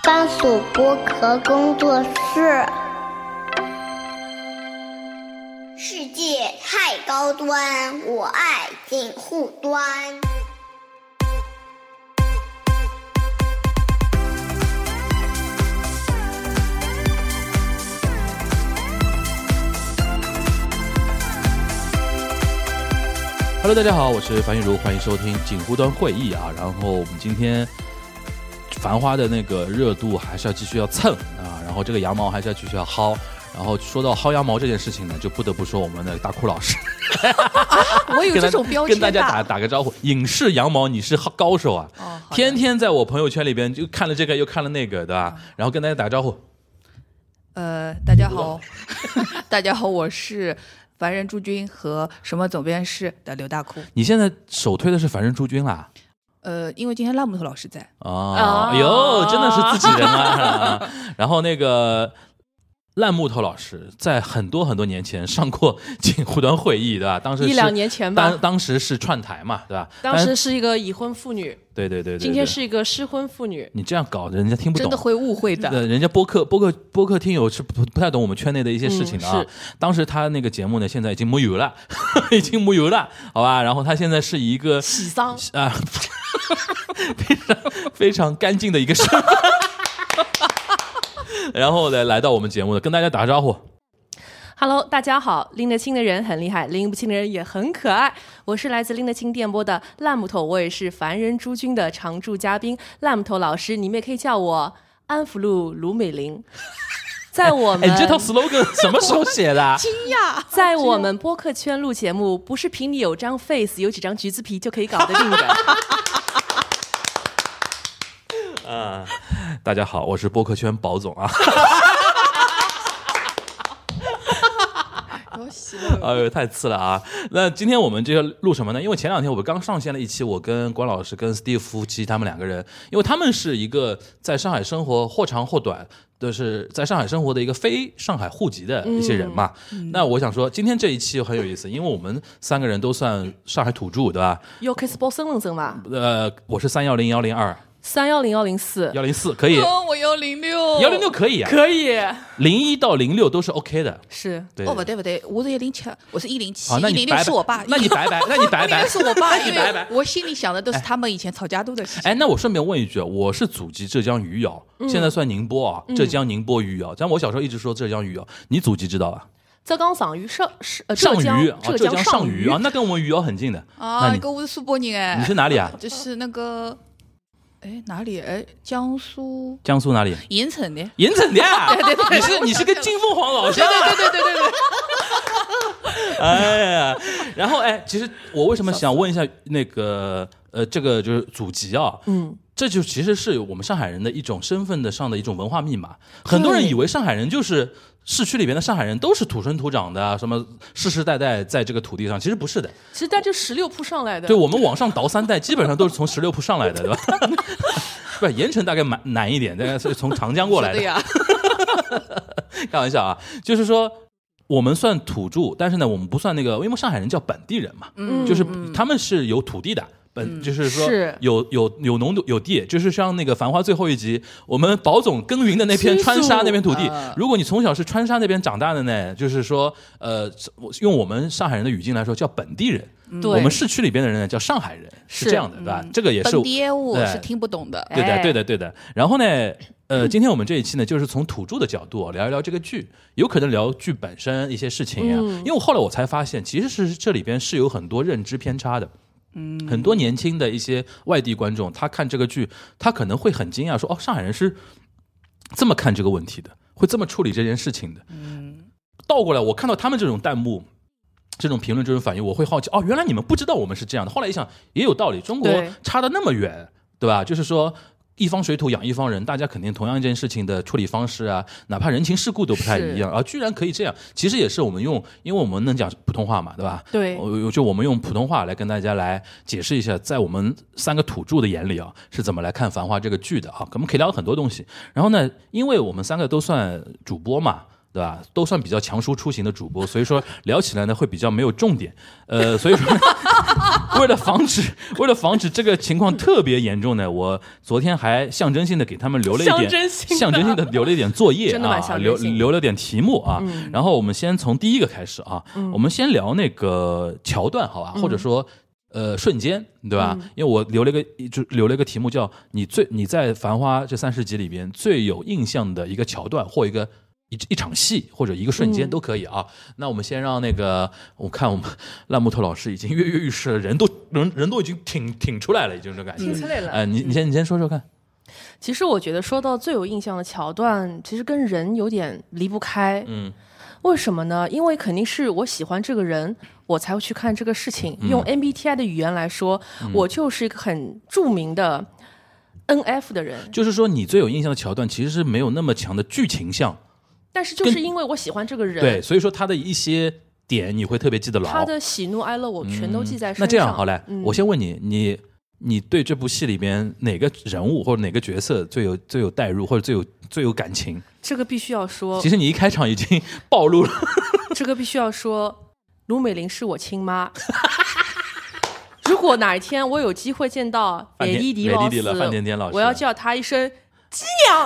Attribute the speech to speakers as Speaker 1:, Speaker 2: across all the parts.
Speaker 1: 番薯剥壳工作室。世界太高端，我爱锦户端。
Speaker 2: Hello， 大家好，我是樊玉茹，欢迎收听锦湖端会议啊。然后我们今天繁花的那个热度还是要继续要蹭啊，然后这个羊毛还是要继续要薅。然后说到薅羊毛这件事情呢，就不得不说我们的大库老师。
Speaker 3: 我有这种标签，
Speaker 2: 跟大家打个招呼。影视羊毛你是高手啊，天天在我朋友圈里边就看了这个又看了那个，对吧？然后跟大家打个招呼。
Speaker 3: 大家好，大家好，我是凡人诸君和什么总编室的刘大库。
Speaker 2: 你现在首推的是凡人诸君啦？
Speaker 3: 因为今天烂木头老师在。
Speaker 2: 哎呦，真的是自己人啊！然后那个烂木头老师在很多年前上过锦湖端会议，对吧？当时
Speaker 4: 1-2年前吧，
Speaker 2: 当时是串台嘛，对吧？
Speaker 4: 当时是一个已婚妇女，
Speaker 2: 对，
Speaker 4: 今天是一个失婚妇女。
Speaker 2: 你这样搞人家听不懂，
Speaker 3: 真的会误会的。
Speaker 2: 人家播客听友是不太懂我们圈内的一些事情的啊。
Speaker 4: 是
Speaker 2: 当时他那个节目呢，现在已经没有了，好吧？然后他现在是一个
Speaker 4: 喜丧
Speaker 2: 啊，非常干净的一个身份。然后来到我们节目的，跟大家打个招呼。
Speaker 4: Hello， 大家好，拎得清的人很厉害，拎不清的人也很可爱。我是来自拎得清电波的烂木头，我也是凡人诸君的常驻嘉宾，烂木头老师，你们也可以叫我安福路卢美玲。在我们
Speaker 2: 这套 slogan 什么时候写的？
Speaker 3: 惊讶，
Speaker 4: 在我们播客圈录节目，不是凭你有张 face 有几张橘子皮就可以搞得定的。
Speaker 2: 大家好，我是播客圈宝总啊。哎呦，太次了啊！那今天我们这个录什么呢？因为前2天我们刚上线了一期，我跟关老师跟 Steve 夫妻他们2个人，因为他们是一个在上海生活或长或短，就是在上海生活的一个非上海户籍的一些人嘛。那我想说，今天这一期很有意思，因为我们3个人都算上海土著，对吧？
Speaker 4: 要开始报身份证嘛？
Speaker 2: 我是310102。
Speaker 4: 310104
Speaker 2: 可以。
Speaker 3: 我
Speaker 2: 106可以啊，
Speaker 4: 可以。
Speaker 2: 01到06都是 OK 的。
Speaker 4: 是。
Speaker 2: 对。
Speaker 3: 不对，我是107，我是107。
Speaker 2: 106
Speaker 3: 是我爸。
Speaker 2: 那你拜拜。
Speaker 3: 106是我爸，因
Speaker 2: 为
Speaker 3: 为我心里想的都是他们以前吵架斗的事情。
Speaker 2: 那我顺便问一句，我是祖籍浙江余姚，现在算宁波啊，浙江宁波余姚。但我小时候一直说浙江余姚，你祖籍知道吧？
Speaker 4: 浙江上虞
Speaker 2: 上虞啊，那跟我们余姚很近的
Speaker 3: 啊。我是苏北人哎。
Speaker 2: 你是哪里啊？
Speaker 3: 就是那个。哪里？江苏
Speaker 2: 哪里？
Speaker 3: 盐城的。
Speaker 2: 盐城的啊！
Speaker 3: 对，
Speaker 2: 你是个金凤凰老乡。
Speaker 3: 对。
Speaker 2: 哎呀，然后其实我为什么想问一下那个这个就是祖籍啊？这就其实是我们上海人的一种身份上的一种文化密码。很多人以为上海人就是市区里边的上海人都是土生土长的，什么世世代代在这个土地上，其实不是的。
Speaker 4: 其实但就16铺上来的。
Speaker 2: 对，我们往上倒3代，基本上都是从16铺上来的，对吧？不是，盐城大概难一点，大概是从长江过来的。
Speaker 3: 对呀。
Speaker 2: 开玩笑啊，就是说我们算土著，但是呢，我们不算那个，因为上海人叫本地人嘛，就是他们是有土地的。就是说有农有地，就是像那个《繁花》最后一集，我们宝总耕耘的那片川沙那片土地，如果你从小是川沙那边长大的呢，就是说用我们上海人的语境来说叫本地人，我们市区里边的人呢叫上海人，是这样的，对吧？这个也是
Speaker 3: 本地我是听不懂的。
Speaker 2: 对的。然后呢，今天我们这一期呢，就是从土著的角度聊一聊这个剧，有可能聊剧本身一些事情呀。因为后来我才发现，其实是这里边是有很多认知偏差的。很多年轻的一些外地观众，他看这个剧，他可能会很惊讶，说：“哦，上海人是这么看这个问题的，会这么处理这件事情的。”倒过来，我看到他们这种弹幕、这种评论、这种反应，我会好奇，哦，原来你们不知道我们是这样的。后来一想，也有道理，中国差得那么远，对吧？就是说。一方水土养一方人，大家肯定同样一件事情的处理方式啊，哪怕人情世故都不太一样，居然可以这样，其实也是我们用，因为我们能讲普通话嘛，对吧？
Speaker 4: 对，
Speaker 2: 就我们用普通话来跟大家来解释一下，在我们3个土著的眼里啊，是怎么来看《繁花》这个剧的啊？我们可以聊很多东西。然后呢，因为我们3个都算主播嘛， 对吧？都算比较强输出型的主播，所以说聊起来呢会比较没有重点。所以说为了防止这个情况特别严重呢，我昨天还象征性的给他们留了一点象征性的留了一点作业啊，留了点题目啊。然后我们先从第一个开始啊，我们先聊那个桥段，好吧？或者说瞬间，对吧？因为我留了一个题目叫你在《繁花》这30集里边最有印象的一个桥段或一场戏或者一个瞬间都可以啊。那我们先让那个，我看我们烂木头老师已经跃跃欲试了，人都已经挺出来了，已经这感觉。
Speaker 4: 挺出来了。
Speaker 2: 你先说说看。
Speaker 4: 其实我觉得说到最有印象的桥段，其实跟人有点离不开。为什么呢？因为肯定是我喜欢这个人，我才会去看这个事情。用 MBTI 的语言来说，我就是一个很著名的 NF 的人。
Speaker 2: 就是说，你最有印象的桥段其实是没有那么强的剧情像。
Speaker 4: 但是就是因为我喜欢这个人，
Speaker 2: 对，所以说他的一些点你会特别记得牢，
Speaker 4: 他的喜怒哀乐我全都记在身上。
Speaker 2: 那这样好嘞，我先问你对这部戏里边哪个人物或者哪个角色最有代入或者最有感情？
Speaker 4: 这个必须要说，
Speaker 2: 其实你一开场已经暴露了。
Speaker 4: 这个必须要说，卢美玲是我亲妈。如果哪一天我有机会见到美丽迪老师，
Speaker 2: 范甜甜老师，
Speaker 4: 我要叫她一声鸡娘。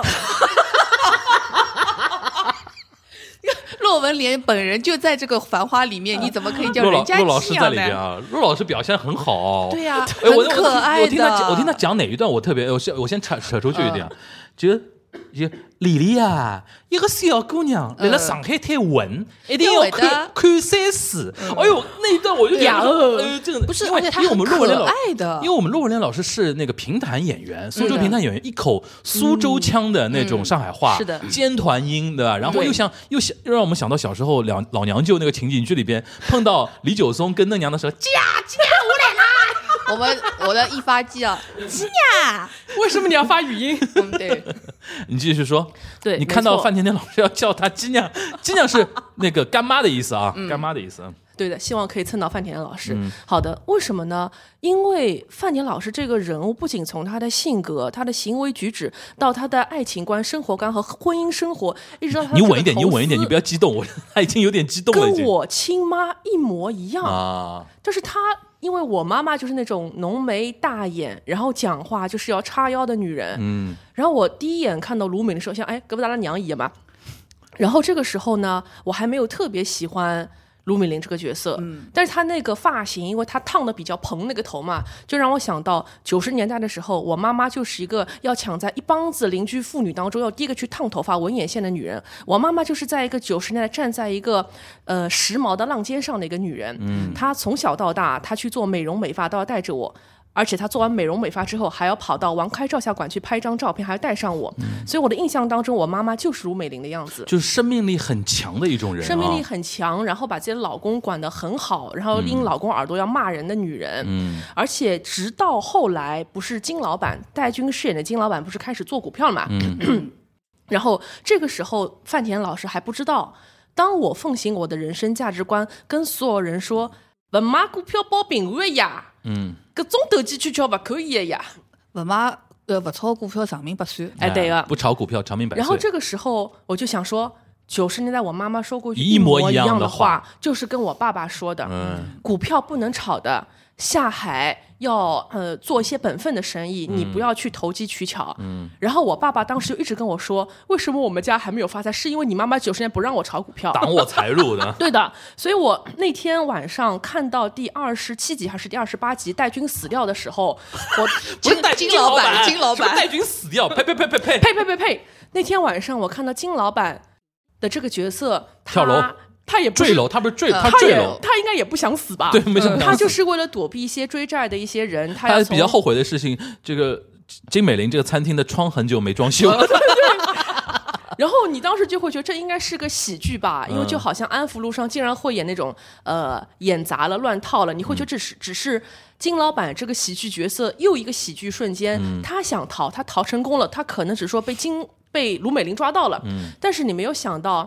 Speaker 3: 骆文莲本人就在这个《繁花》里面，你怎么可以叫人家
Speaker 2: 陆老师在里
Speaker 3: 呢？
Speaker 2: 边啊，陆老师表现很好。
Speaker 3: 对呀，
Speaker 2: 很
Speaker 3: 可爱的。
Speaker 2: 我听他讲哪一段，我特别，我先扯出去一点，就丽丽啊，一个小姑娘来了上海滩混，一定要看3C。哎呦，那一段我就讲，这个
Speaker 3: 不是，
Speaker 2: 因为
Speaker 3: 他很可爱的，
Speaker 2: 因为我们陆文莲老师是那个评弹演员，苏州评弹演员，一口苏州腔的那种上海话，
Speaker 4: 是的，
Speaker 2: 尖团音，对吧？然后又让我们想到小时候老娘舅那个情景剧里边碰到李九松跟嫩娘的时候，鸡呀我来啦。
Speaker 3: 我的一发鸡啊，鸡呀！
Speaker 4: 为什么你要发语音？
Speaker 3: 对，
Speaker 2: 你继续说。
Speaker 4: 对，
Speaker 2: 你看到范甜甜老师要叫她鸡娘，鸡娘是那个干妈的意思啊，干妈的意思。
Speaker 4: 对的，希望可以蹭到范甜甜老师。好的，为什么呢？因为范甜老师这个人物，不仅从他的性格、他的行为举止，到他的爱情观、生活观和婚姻生活，一直到他
Speaker 2: 你稳一点，你不要激动，他已经有点激动了，
Speaker 4: 跟我亲妈一模一样
Speaker 2: 啊！
Speaker 4: 就是他，因为我妈妈就是那种浓眉大眼，然后讲话就是要叉腰的女人。然后我第一眼看到卢美的时候，像胳膊大拉娘一样嘛。然后这个时候呢，我还没有特别喜欢卢美玲这个角色，但是她那个发型，因为她烫的比较蓬那个头嘛，就让我想到90年代的时候，我妈妈就是一个要抢在一帮子邻居妇女当中要第一个去烫头发纹眼线的女人。我妈妈就是在一个90年代站在一个时髦的浪尖上的一个女人，她从小到大，她去做美容美发都要带着我。而且她做完美容美发之后，还要跑到王开照相馆去拍一张照片，还要带上我。所以我的印象当中，我妈妈就是卢美玲的样子，
Speaker 2: 就是生命力很强的一种人，
Speaker 4: 生命力很强，然后把自己的老公管得很好，然后拎老公耳朵要骂人的女人。而且直到后来，不是金老板戴军饰演的金老板不是开始做股票了嘛？然后这个时候范甜老师还不知道，当我奉行我的人生价值观，跟所有人说不买股票保平安呀。搿种投机取巧不可以的呀，
Speaker 3: 不买不炒股票长命百岁。
Speaker 4: 哎，对个，
Speaker 2: 不炒股票长命百岁。
Speaker 4: 然后这个时候我就想说，90年代我妈妈说过
Speaker 2: 一模一样
Speaker 4: 的
Speaker 2: 话，
Speaker 4: 就是跟我爸爸说的，股票不能炒的，下海要做一些本分的生意，你不要去投机取巧。然后我爸爸当时就一直跟我说，为什么我们家还没有发财，是因为你妈妈90年不让我炒股票，
Speaker 2: 挡我财路的。
Speaker 4: 对的，所以我那天晚上看到第27集还是第28集戴军死掉的时候，我
Speaker 2: 不是金老
Speaker 3: 板
Speaker 2: 戴军死掉，呸！
Speaker 4: 那天晚上我看到金老板的这个角色
Speaker 2: 跳楼。
Speaker 4: 他也不是
Speaker 2: 坠楼，他不是坠，他坠楼，
Speaker 4: 他应该也不想死吧？
Speaker 2: 对，没想
Speaker 4: 他就是为了躲避一些追债的一些人，
Speaker 2: 他比较后悔的事情，这个金美玲这个餐厅的窗很久没装修。
Speaker 4: 然后你当时就会觉得这应该是个喜剧吧，因为就好像安福路上竟然会演那种演砸了乱套了，你会觉得只是金老板这个喜剧角色又一个喜剧瞬间，他想逃，他逃成功了，他可能只说被卢美玲抓到了，但是你没有想到。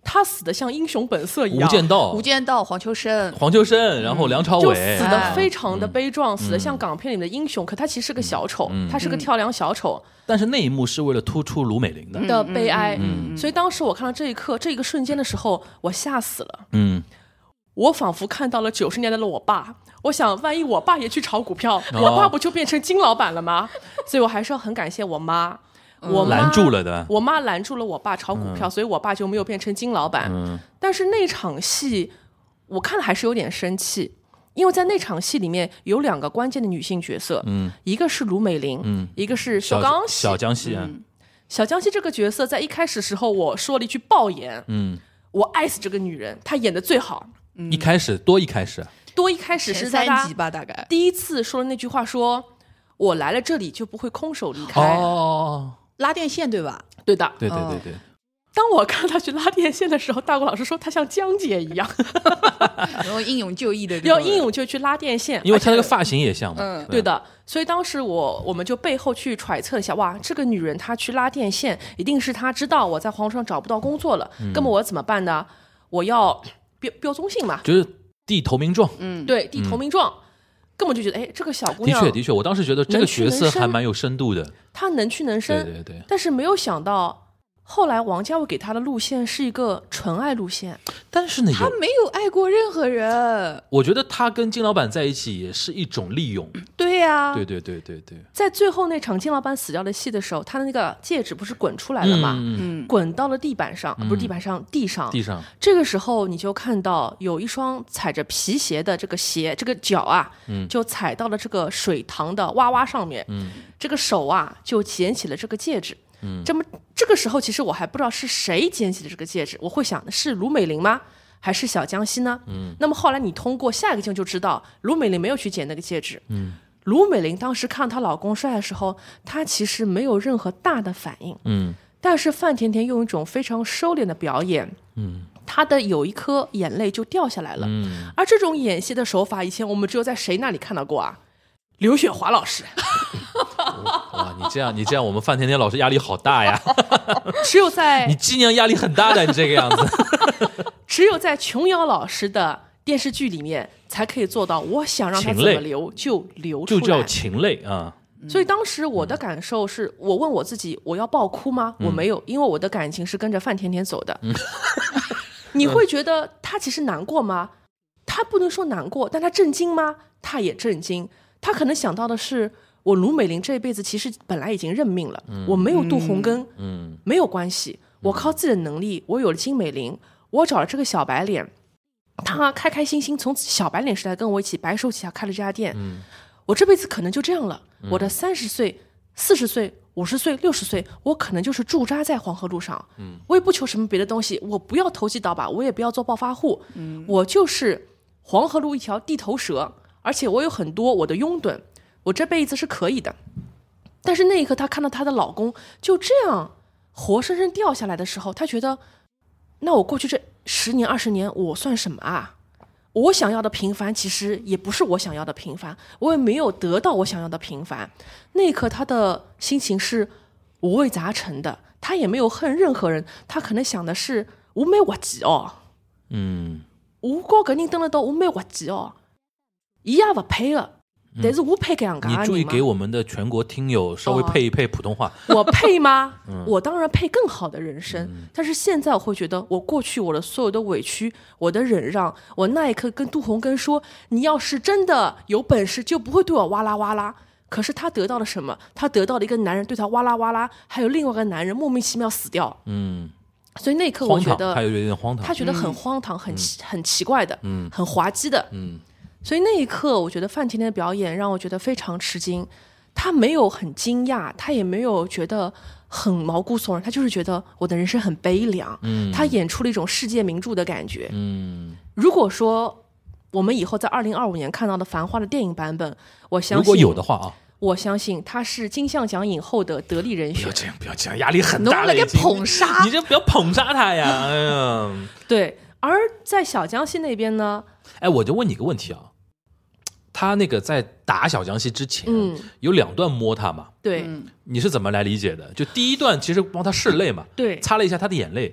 Speaker 4: 他死的像英雄本色一样。
Speaker 3: 无间道、黄秋生，
Speaker 2: 然后梁朝
Speaker 4: 就
Speaker 2: 伟
Speaker 4: 死的非常的悲壮，死的像港片里面的英雄，可他其实是个小丑，他是个跳梁小丑。
Speaker 2: 但是那一幕是为了突出卢美玲
Speaker 4: 的悲哀，所以当时我看到这一刻这一个瞬间的时候，我吓死了。我仿佛看到了90年代的我爸，我想万一我爸也去炒股票，我爸不就变成金老板了吗？所以我还是要很感谢我妈。我妈
Speaker 2: 拦住了的，
Speaker 4: 我妈拦住了我爸炒股票，所以我爸就没有变成金老板。但是那场戏我看了还是有点生气，因为在那场戏里面有2个关键的女性角色，一个是卢美玲，一个是小
Speaker 2: 江西。
Speaker 4: 小江西这个角色在一开始时候我说了一句爆言，我爱死这个女人，她演的最好。
Speaker 2: 一开始是在
Speaker 3: 3集吧，大概
Speaker 4: 第一次说的那句话说，我来了这里就不会空手离开。
Speaker 3: 拉电线对吧？
Speaker 4: 对的，
Speaker 2: 对。
Speaker 4: 当我看他去拉电线的时候，大国老师说他像江姐一样，
Speaker 3: 然后英勇就义的，
Speaker 4: 要英勇就去拉电线，
Speaker 2: 因为他那个发型也像嘛。
Speaker 4: 对的，所以当时我们就背后去揣测一下，哇，这个女人她去拉电线，一定是她知道我在皇上找不到工作了，那么我怎么办呢？我要标忠信嘛，
Speaker 2: 就是递投名状。
Speaker 4: 对，递投名状。根本就觉得，哎，这个小姑娘
Speaker 2: 的确，我当时觉得这个角色还蛮有深度的，
Speaker 4: 她能屈能伸。
Speaker 2: 对。
Speaker 4: 但是没有想到，后来王家卫给她的路线是一个纯爱路线，
Speaker 2: 但是呢，
Speaker 3: 她没有爱过任何人。
Speaker 2: 我觉得她跟金老板在一起也是一种利用。
Speaker 3: 对呀，
Speaker 2: 对。
Speaker 4: 在最后那场金老板死掉的戏的时候，他的那个戒指不是滚出来了吗？滚到了地板上，不是地板上，地上。这个时候你就看到有一双踩着皮鞋的这个鞋，这个脚啊，就踩到了这个水塘的洼洼上面。这个手啊，就捡起了这个戒指。这个时候其实我还不知道是谁捡起了这个戒指，我会想的是卢美玲吗？还是小江西呢？那么后来你通过下一个镜就知道，卢美玲没有去捡那个戒指。卢美玲当时看她老公摔的时候，她其实没有任何大的反应。但是范甜甜用一种非常收敛的表演，她的有一颗眼泪就掉下来了。而这种演戏的手法，以前我们只有在谁那里看到过啊？刘雪华老师。
Speaker 2: 哇，你这样，我们范甜甜老师压力好大呀！
Speaker 4: 只有在
Speaker 2: 你鸡娘压力很大的，你这个样子。
Speaker 4: 只有在琼瑶老师的电视剧里面才可以做到，我想让他怎么流就流出来，
Speaker 2: 就叫情泪啊。
Speaker 4: 所以当时我的感受是，我问我自己，我要爆哭吗？我没有，因为我的感情是跟着范甜甜走的。你会觉得他其实难过吗？他不能说难过，但他震惊吗？他也震惊。他可能想到的是，我卢美玲这一辈子其实本来已经认命了，我没有杜洪根，没有关系，我靠自己的能力，我有了金美玲，我找了这个小白脸，他开开心心从小白脸时代跟我一起白手起家开了这家店，我这辈子可能就这样了，我的30岁、40岁、50岁、60岁，我可能就是驻扎在黄河路上，我也不求什么别的东西，我不要投机倒把，我也不要做暴发户，我就是黄河路一条地头蛇，而且我有很多我的拥趸，我这辈子是可以的。但是那一刻她看到她的老公就这样活生生掉下来的时候，她觉得那我过去这10年20年我算什么啊？我想要的平凡其实也不是我想要的平凡，我也没有得到我想要的平凡。那一刻她的心情是五味杂陈的，她也没有恨任何人，她可能想的是我没滑稽哦，我和搿人蹲了到我没滑稽哦，伊也不配的，但是我配搿样介
Speaker 2: 你注意给我们的全国听友稍微配一配普通话。
Speaker 4: 我配吗？我当然配更好的人生，但是现在我会觉得，我过去我的所有的委屈，我的忍让，我那一刻跟杜洪根说，你要是真的有本事，就不会对我哇啦哇啦。可是他得到了什么？他得到了一个男人对他哇啦哇啦，还有另外一个男人莫名其妙死掉。所以那一刻我觉得
Speaker 2: 他有点荒唐，
Speaker 4: 他觉得很荒唐，很奇怪的，很滑稽的。所以那一刻我觉得范甜甜的表演让我觉得非常吃惊，他没有很惊讶，他也没有觉得很毛骨悚然，他就是觉得我的人生很悲凉。他演出了一种世界名著的感觉。如果说我们以后在2025年看到的《繁花》的电影版本，我相信
Speaker 2: 如果有的话啊，
Speaker 4: 我相信他是金像奖影后的得力人选。
Speaker 2: 不要这样，压力很大了。
Speaker 3: 弄了个捧杀，
Speaker 2: 你这不要捧杀他呀！哎呀，
Speaker 4: 对。而在小江西那边呢，
Speaker 2: 我就问你个问题啊，他那个在打小江西之前，有2段摸他嘛？
Speaker 4: 对，
Speaker 2: 你是怎么来理解的？就第一段其实帮他拭泪嘛，
Speaker 4: 对，
Speaker 2: 擦了一下他的眼泪。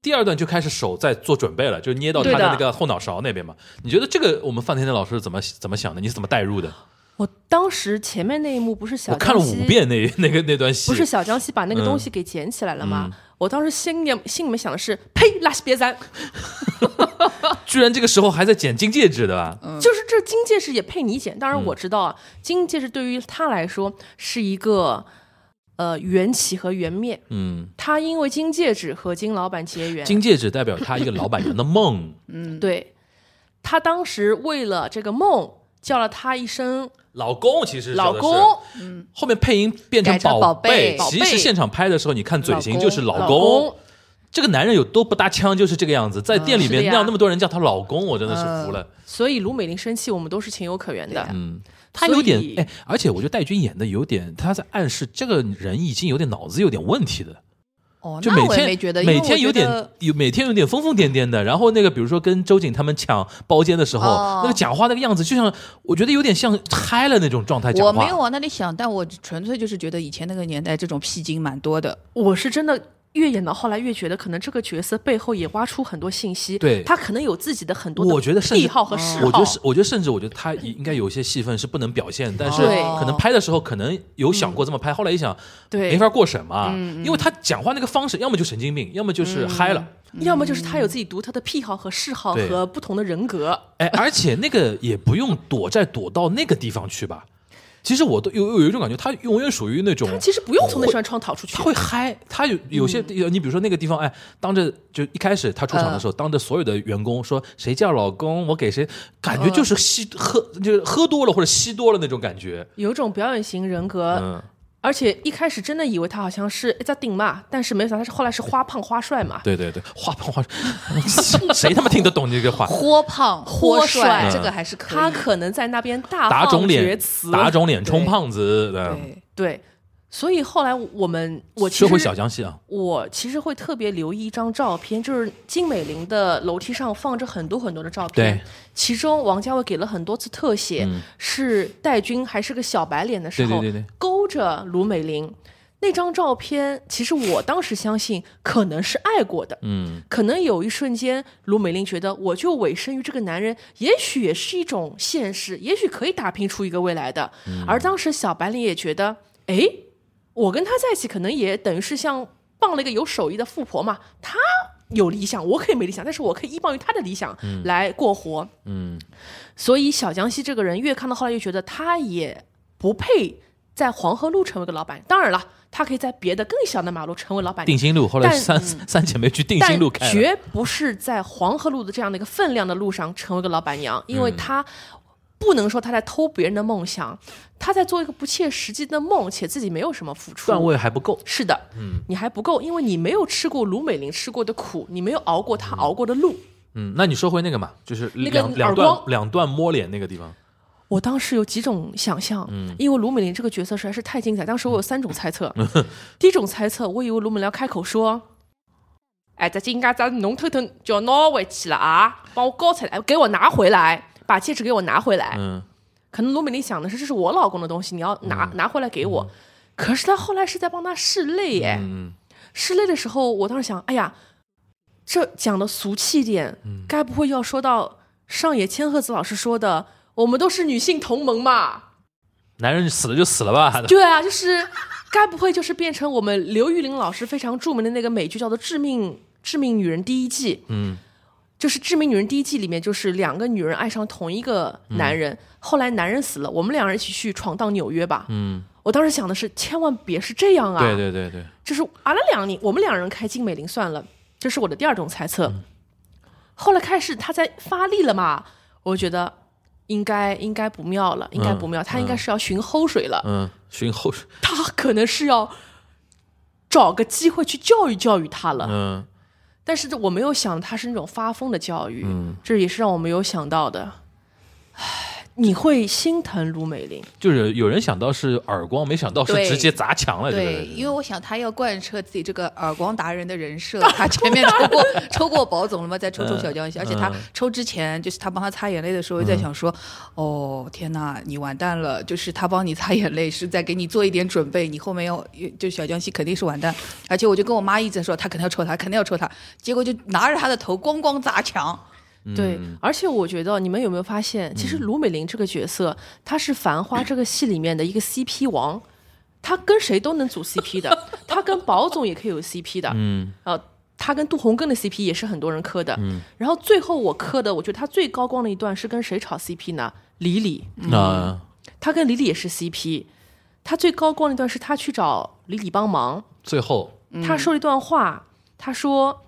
Speaker 2: 第二段就开始手在做准备了，就捏到他的那个后脑勺那边嘛。你觉得这个我们范甜甜老师怎么想的？你是怎么带入的？
Speaker 4: 我当时前面那一幕不是小江西，
Speaker 2: 我看了5遍那段戏，
Speaker 4: 不是小江西把那个东西给捡起来了吗？我当时心里面想的是，呸，拉稀瘪三，
Speaker 2: 居然这个时候还在捡金戒指的吧？
Speaker 4: 就是这金戒指也配你捡？当然我知道啊，金戒指对于他来说是一个缘起和缘灭。他因为金戒指和金老板结缘，
Speaker 2: 金戒指代表他一个老板娘的梦。
Speaker 4: 对，他当时为了这个梦叫了他一声
Speaker 2: 老公，其实
Speaker 4: 老公，
Speaker 2: 后面配音变成
Speaker 3: 宝
Speaker 2: 贝，
Speaker 3: 宝
Speaker 2: 其实现场拍的时候，你看嘴型就是老公。这个男人有多不搭腔，就是这个样子，在店里面让那么多人叫他老公，我真的是服了。
Speaker 4: 所以卢美玲生气，我们都是情有可原的。
Speaker 2: 他有点而且我觉得戴军演的有点，他在暗示这个人已经有点脑子有点问题的。就每天有点疯疯癫癫的，然后那个比如说跟周瑾他们抢包间的时候，那个讲话那个样子，就像我觉得有点像嗨了那种状态讲话。
Speaker 3: 我没有往那里想，但我纯粹就是觉得以前那个年代这种屁精蛮多的。
Speaker 4: 我是真的越演到后来越觉得，可能这个角色背后也挖出很多信息，
Speaker 2: 对，
Speaker 4: 他可能有自己的很多的癖好和嗜好。
Speaker 2: 我觉得他应该有些戏份是不能表现，但是可能拍的时候可能有想过这么拍，后来一想，
Speaker 4: 对，
Speaker 2: 没法过审嘛，因为他讲话那个方式，要么就神经病，要么就是嗨了。
Speaker 4: 要么就是他有自己独特的癖好和嗜好和不同的人格，
Speaker 2: 而且那个也不用躲到那个地方去吧。其实我都有一种感觉，他永远属于那种，
Speaker 4: 他其实不用从那扇窗逃出去，
Speaker 2: 他会嗨，他有些你比如说那个地方，当着就一开始他出场的时候，当着所有的员工说谁叫老公，我给谁，感觉就是就是喝多了或者吸多了那种感觉，
Speaker 4: 有种表演型人格。而且一开始真的以为他好像是在顶嘛，但是没想到他是后来是花胖花帅嘛。
Speaker 2: 对，花胖花帅，谁他妈听得懂这个话？
Speaker 3: 豁胖豁帅，这个还是可以。
Speaker 4: 他可能在那边大放厥词，
Speaker 2: 打肿脸充胖子。
Speaker 4: 对，所以后来我
Speaker 2: 说回小江西啊，
Speaker 4: 我其实会特别留意一张照片，就是金美玲的楼梯上放着很多很多的照片，其中王家卫给了很多次特写，是戴军还是个小白脸的时候，勾着卢美玲。那张照片，其实我当时相信可能是爱过的，可能有一瞬间，卢美玲觉得我就委身于这个男人，也许也是一种现实，也许可以打拼出一个未来的。而当时小白脸也觉得，我跟他在一起，可能也等于是像傍了一个有手艺的富婆嘛。他有理想，我可以没理想，但是我可以依傍于他的理想来过活。所以小江西这个人越看到后来越觉得他也不配在黄河路成为个老板。当然了，他可以在别的更小的马路成为老板。
Speaker 2: 定心路后来三姐妹去定心路开了，
Speaker 4: 但绝不是在黄河路的这样的一个分量的路上成为个老板娘，因为他不能说他在偷别人的梦想，他在做一个不切实际的梦，且自己没有什么付出，
Speaker 2: 段位还不够。
Speaker 4: 是的，你还不够，因为你没有吃过卢美玲吃过的苦，你没有熬过他熬过的路。
Speaker 2: 那你说回那个嘛，就是
Speaker 4: 那个
Speaker 2: 两段摸脸那个地方。
Speaker 4: 我当时有几种想象，因为卢美玲这个角色实在是太精彩。当时我有3种猜测。第一种猜测，我以为卢美玲要开口说：“这金嘎子侬偷偷就要拿回去了啊，帮我搞起来，给我拿回来。”把戒指给我拿回来。可能卢美玲想的是这是我老公的东西，你要拿回来给我。可是他后来是在帮他拭泪耶。拭泪的时候，我当时想，哎呀，这讲的俗气一点，该不会要说到上野千鹤子老师说的，我们都是女性同盟嘛？
Speaker 2: 男人死了就死了吧？
Speaker 4: 对啊，就是该不会就是变成我们刘玉玲老师非常著名的那个美剧叫做《致命女人》第1季。就是《致命女人》第1季里面，就是2个女人爱上同一个男人，后来男人死了，我们2人一起去闯荡纽约吧。我当时想的是，千万别是这样啊！
Speaker 2: 对，
Speaker 4: 就是我们2人开金美玲算了，这是我的第2种猜测。后来开始他在发力了嘛，我觉得应该不妙了，应该不妙，他应该是要寻后水了。
Speaker 2: 寻后水，
Speaker 4: 他可能是要找个机会去教育教育他了。但是我没有想他是那种发疯的教育，这也是让我没有想到的。 你会心疼卢美玲。
Speaker 2: 就是有人想到是耳光，没想到是
Speaker 3: 对
Speaker 2: 直接砸墙了。这个
Speaker 3: 对，
Speaker 2: 人
Speaker 3: 因为我想他要贯彻自己这个耳光达人的人设，他前面抽过宝总了嘛，再抽小江西，而且他抽之前，就是他帮他擦眼泪的时候，在想说，哦天哪，你完蛋了，就是他帮你擦眼泪是在给你做一点准备，你后面要就小江西肯定是完蛋，而且我就跟我妈一直说，他肯定要抽他，肯定要抽他，结果就拿着他的头咣咣砸墙。
Speaker 4: 对，而且我觉得你们有没有发现，其实卢美玲这个角色，她是《繁花》这个戏里面的一个 CP 王，她跟谁都能组 CP 的，她跟宝总也可以有 CP 的，她跟杜洪根的 CP 也是很多人磕的，然后最后我磕的，我觉得她最高光的一段是跟谁炒 CP 呢？李李，她跟李李也是 CP，她最高光的一段是她去找李李帮忙，
Speaker 2: 最后
Speaker 4: 她说了一段话，她说。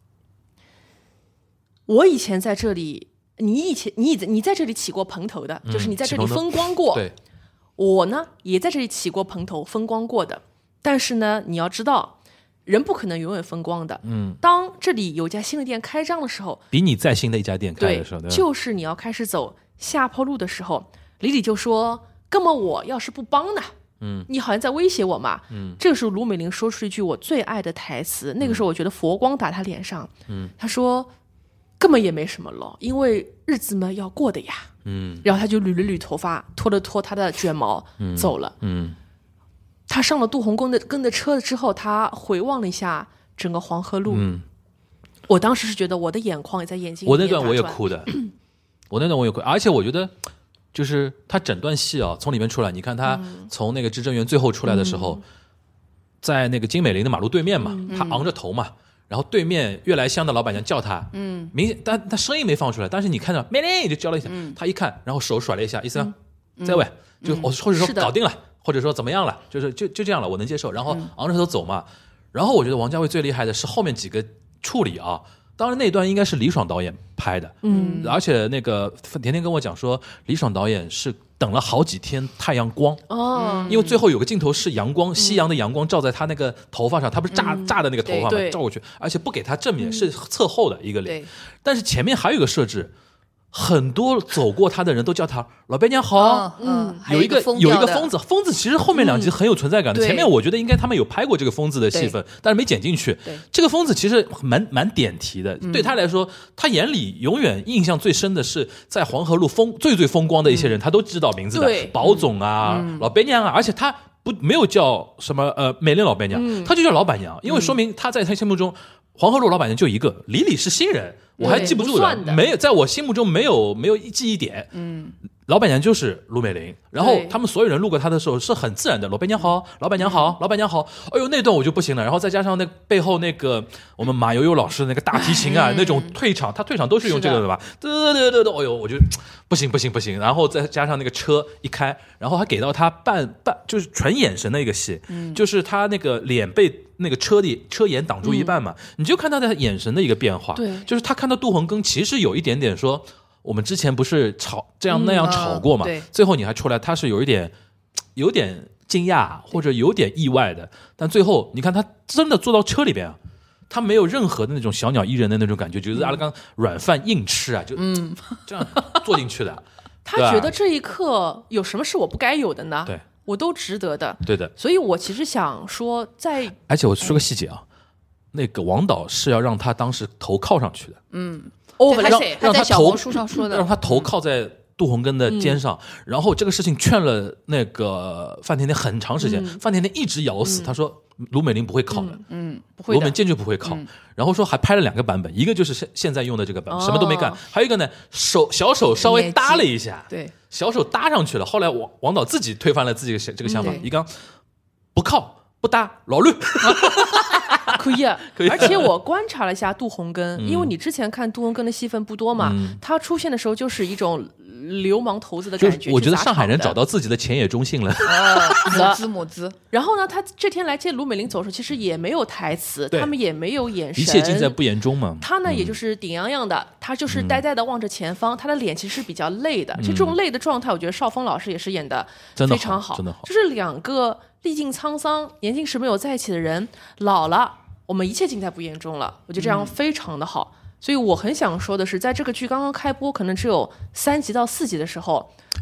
Speaker 4: 我以前在这里，你在这里起过蓬头的，就是你在这里风光过。
Speaker 2: 对，
Speaker 4: 我呢也在这里起过蓬头，风光过的。但是呢，你要知道，人不可能永远风光的。当这里有家新的店开张的时候，
Speaker 2: 比你再新的一家店开的时候，
Speaker 4: 对，就是你要开始走下坡路的时候，李李就说：“那么我要是不帮呢？”你好像在威胁我嘛。这个时候卢美玲说出一句我最爱的台词，那个时候我觉得佛光打她脸上。她说。根本也没什么了，因为日子嘛要过的呀。然后他就捋了捋头发，拖了拖他的卷毛，走了。他上了杜洪根的车之后，他回望了一下整个黄河路。我当时是觉得我的眼眶也在眼睛里面打转。
Speaker 2: 我那段我也哭的，我那段我也哭，而且我觉得就是他整段戏啊，从里面出来，你看他从那个至臻园最后出来的时候，在那个金美玲的马路对面嘛，他昂着头嘛。然后对面悦来香的老板娘叫他，明显但他声音没放出来，但是你看到美玲就叫了一下，他一看，然后手甩了一下，意思在位，就或者说搞定了，或者说怎么样了，就这样了，我能接受。然后昂着头走嘛。然后我觉得王家卫最厉害的是后面几个处理啊，当然那段应该是李爽导演拍的，而且那个甜甜跟我讲说，李爽导演是等了好几天太阳光因为最后有个镜头是阳光，夕阳的阳光照在他那个头发上，他不是炸的那个头发嘛，照过去，而且不给他正面，是侧后的一个脸，但是前面还有一个设置。很多走过他的人都叫他老板娘好，有一个疯子其实后面两集很有存在感的，前面我觉得应该他们有拍过这个疯子的戏份，但是没剪进去。这个疯子其实蛮点题的，对他来说，他眼里永远印象最深的是在黄河路最风光的一些人，他都知道名字的，宝总啊，老板娘啊，而且他没有叫什么美玲老板娘，他就叫老板娘，因为说明他在他心目中。黄河路老板娘就一个，李李是新人，我还记不住的，没有在我心目中没有记忆点。老板娘就是卢美玲，然后他们所有人路过她的时候是很自然的，老板娘好，老板娘好，老板娘好。哎呦，那段我就不行了，然后再加上那背后那个我们马友友老师的那个大提琴啊，那种退场，他退场都是用这个的吧？对，哎呦，我就不行，然后再加上那个车一开，然后还给到他半就是纯眼神的一个戏，就是他那个脸被那个车檐挡住一半嘛，你就看他的眼神的一个变化，就是他看到杜洪根其实有一点点说。我们之前不是那样吵过嘛？最后你还出来，他是有点惊讶或者有点意外的，但最后你看他真的坐到车里边啊，他没有任何的那种小鸟依人的那种感觉，就是阿拉刚软饭硬吃啊，就这样坐进去的。
Speaker 4: 他觉得这一刻有什么是我不该有的呢？
Speaker 2: 对，
Speaker 4: 我都值得的。
Speaker 2: 对的，
Speaker 4: 所以我其实想说，
Speaker 2: 而且我说个细节啊，那个王导是要让他当时头靠上去的。
Speaker 3: 他在小红书上说的，
Speaker 2: 让他头靠在杜洪根的肩上，然后这个事情劝了那个范甜甜很长时间，范甜甜一直咬死，他说卢美玲不会靠的，
Speaker 3: 不会的，
Speaker 2: 卢美坚决不会靠。然后说还拍了2个版本，一个就是现在用的这个版本，什么都没干，还有一个呢小手稍微搭了一下，
Speaker 3: 对，
Speaker 2: 小手搭上去了。后来王导自己推翻了自己这个想法，一刚不靠不搭老绿。
Speaker 4: 可以，而且我观察了一下杜洪根，因为你之前看杜洪根的戏份不多嘛，他出现的时候就是一种流氓头子的感觉。
Speaker 2: 我觉得上海人找到自己的前野中信了，
Speaker 3: 母子。
Speaker 4: 然后呢，他这天来接卢美玲走的时候，其实也没有台词，他们也没有眼神，
Speaker 2: 一切尽在不言中嘛。
Speaker 4: 他呢，也就是顶洋洋的，他就是呆呆的望着前方，他的脸其实是比较累的。其实这种累的状态，我觉得邵峰老师也是演的非常好，
Speaker 2: 真的好。
Speaker 4: 就是2个历尽沧桑、年轻时没有在一起的人，老了。我们一切尽在不言中了，我觉得这样非常的好。所以我很想说的是，在这个剧刚刚开播，可能只有3集到4集的时候，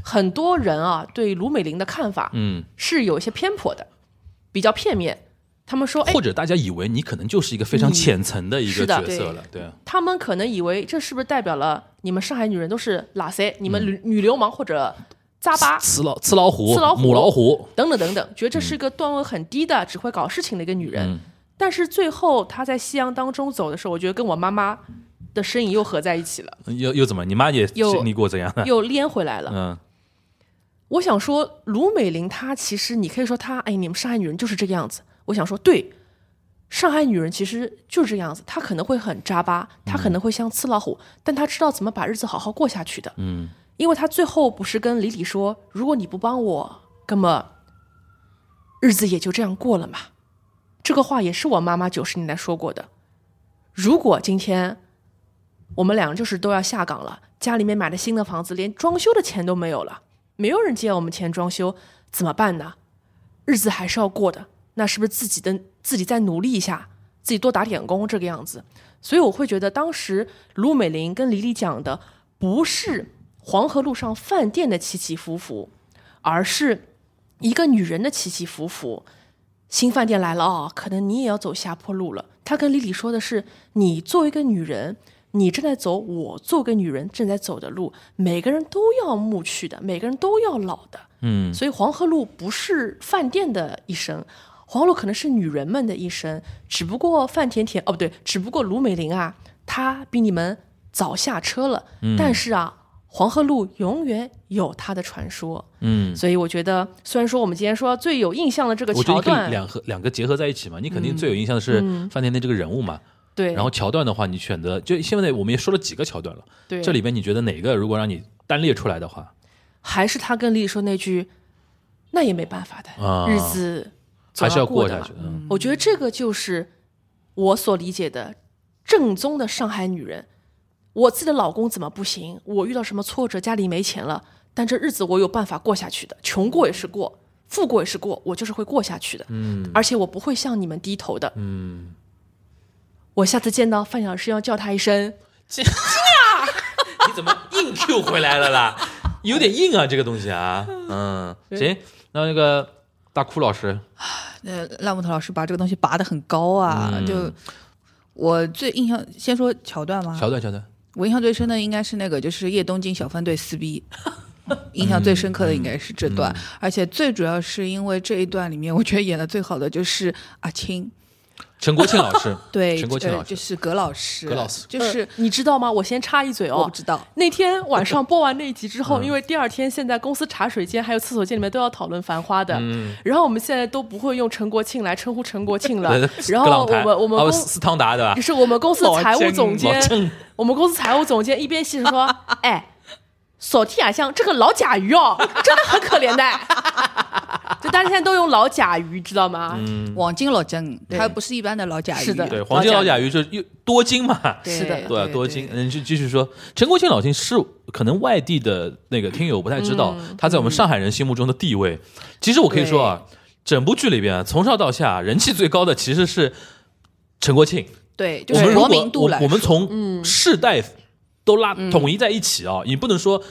Speaker 4: 很多人啊对卢美玲的看法，是有一些偏颇的，比较片面。他们说，
Speaker 2: 或者大家以为你可能就是一个非常浅层的一个角色了，对。
Speaker 4: 他们可能以为这是不是代表了你们上海女人都是拉塞，你们女流氓或者扎巴、
Speaker 2: 雌老虎、母老虎
Speaker 4: 等等等等，觉得这是一个段位很低的、只会搞事情的一个女人。但是最后她在夕阳当中走的时候，我觉得跟我妈妈的身影又合在一起了。
Speaker 2: 又怎么？你妈也经历过怎样的？
Speaker 4: 又连回来了。我想说，卢美玲她其实你可以说她，你们上海女人就是这个样子。我想说，对，上海女人其实就是这个样子，她可能会很扎巴，她可能会像刺老虎，但她知道怎么把日子好好过下去的。因为她最后不是跟李李说，如果你不帮我，那么日子也就这样过了嘛。这个话也是我妈妈90年代说过的。如果今天我们俩就是都要下岗了，家里面买的新的房子连装修的钱都没有了，没有人借我们钱装修，怎么办呢？日子还是要过的，那是不是自己再努力一下，自己多打点工这个样子？所以我会觉得当时卢美玲跟李李讲的不是黄河路上饭店的起起伏伏，而是一个女人的起起伏伏。新饭店来了可能你也要走下坡路了。她跟李李说的是，你作为一个女人，你正在走我作为一个女人正在走的路，每个人都要暮去的，每个人都要老的。所以黄河路不是饭店的一生，黄河路可能是女人们的一生，只不过范甜甜不对，只不过卢美玲她比你们早下车了。但是黄河路永远有它的传说。所以我觉得，虽然说我们今天说最有印象的这个桥段，
Speaker 2: 两个结合在一起嘛，你肯定最有印象的是范甜甜这个人物嘛。
Speaker 4: 对。
Speaker 2: 然后桥段的话，你选择就现在我们也说了几个桥段了。
Speaker 4: 对。
Speaker 2: 这里边你觉得哪个如果让你单列出来的话，
Speaker 4: 还是他跟丽丽说那句，那也没办法的，日子
Speaker 2: 还是要过下去。
Speaker 4: 我觉得这个就是我所理解的正宗的上海女人。我自己的老公怎么不行？我遇到什么挫折，家里没钱了，但这日子我有办法过下去的，穷过也是过，富过也是过，我就是会过下去的。而且我不会向你们低头的。我下次见到范老师要叫他一声
Speaker 2: 静啊！你怎么硬 Q 回来了啦？有点硬这个东西行，那个大哭老师，
Speaker 3: 烂木头老师把这个东西拔得很高就我最印象，先说桥段吗？
Speaker 2: 桥段。
Speaker 3: 我印象最深的应该是那个，就是叶东京小分队撕逼，印象最深刻的应该是这段，而且最主要是因为这一段里面，我觉得演的最好的就是阿青。
Speaker 2: 陈国庆老师，
Speaker 3: 对，
Speaker 2: 陈国庆老师
Speaker 3: 就是葛老师，
Speaker 4: 就是你知道吗？我先插一嘴
Speaker 3: 我不知道。
Speaker 4: 那天晚上播完那一集之后，因为第二天现在公司茶水间还有厕所间里面都要讨论《繁花》的，然后我们现在都不会用陈国庆来称呼陈国庆了。然后我们
Speaker 2: 斯汤达对吧？
Speaker 4: 就是我们公司财务总监，我们公司财务总监一边细说，索提亚像这个老甲鱼真的很可怜的。就大家现在都用老甲鱼，知道吗？
Speaker 3: 黄金老姜，它不是一般的老甲鱼。
Speaker 4: 是的，
Speaker 2: 对，黄金老甲鱼就多金嘛。
Speaker 4: 是的，
Speaker 2: 对，多金。就继续说，陈国庆老师是可能外地的那个听友不太知道，他在我们上海人心目中的地位。其实我可以说整部剧里边从上到下人气最高的其实是陈国庆。
Speaker 3: 对，就是国民度来说，
Speaker 2: 我们从世代都统一在一起你不能说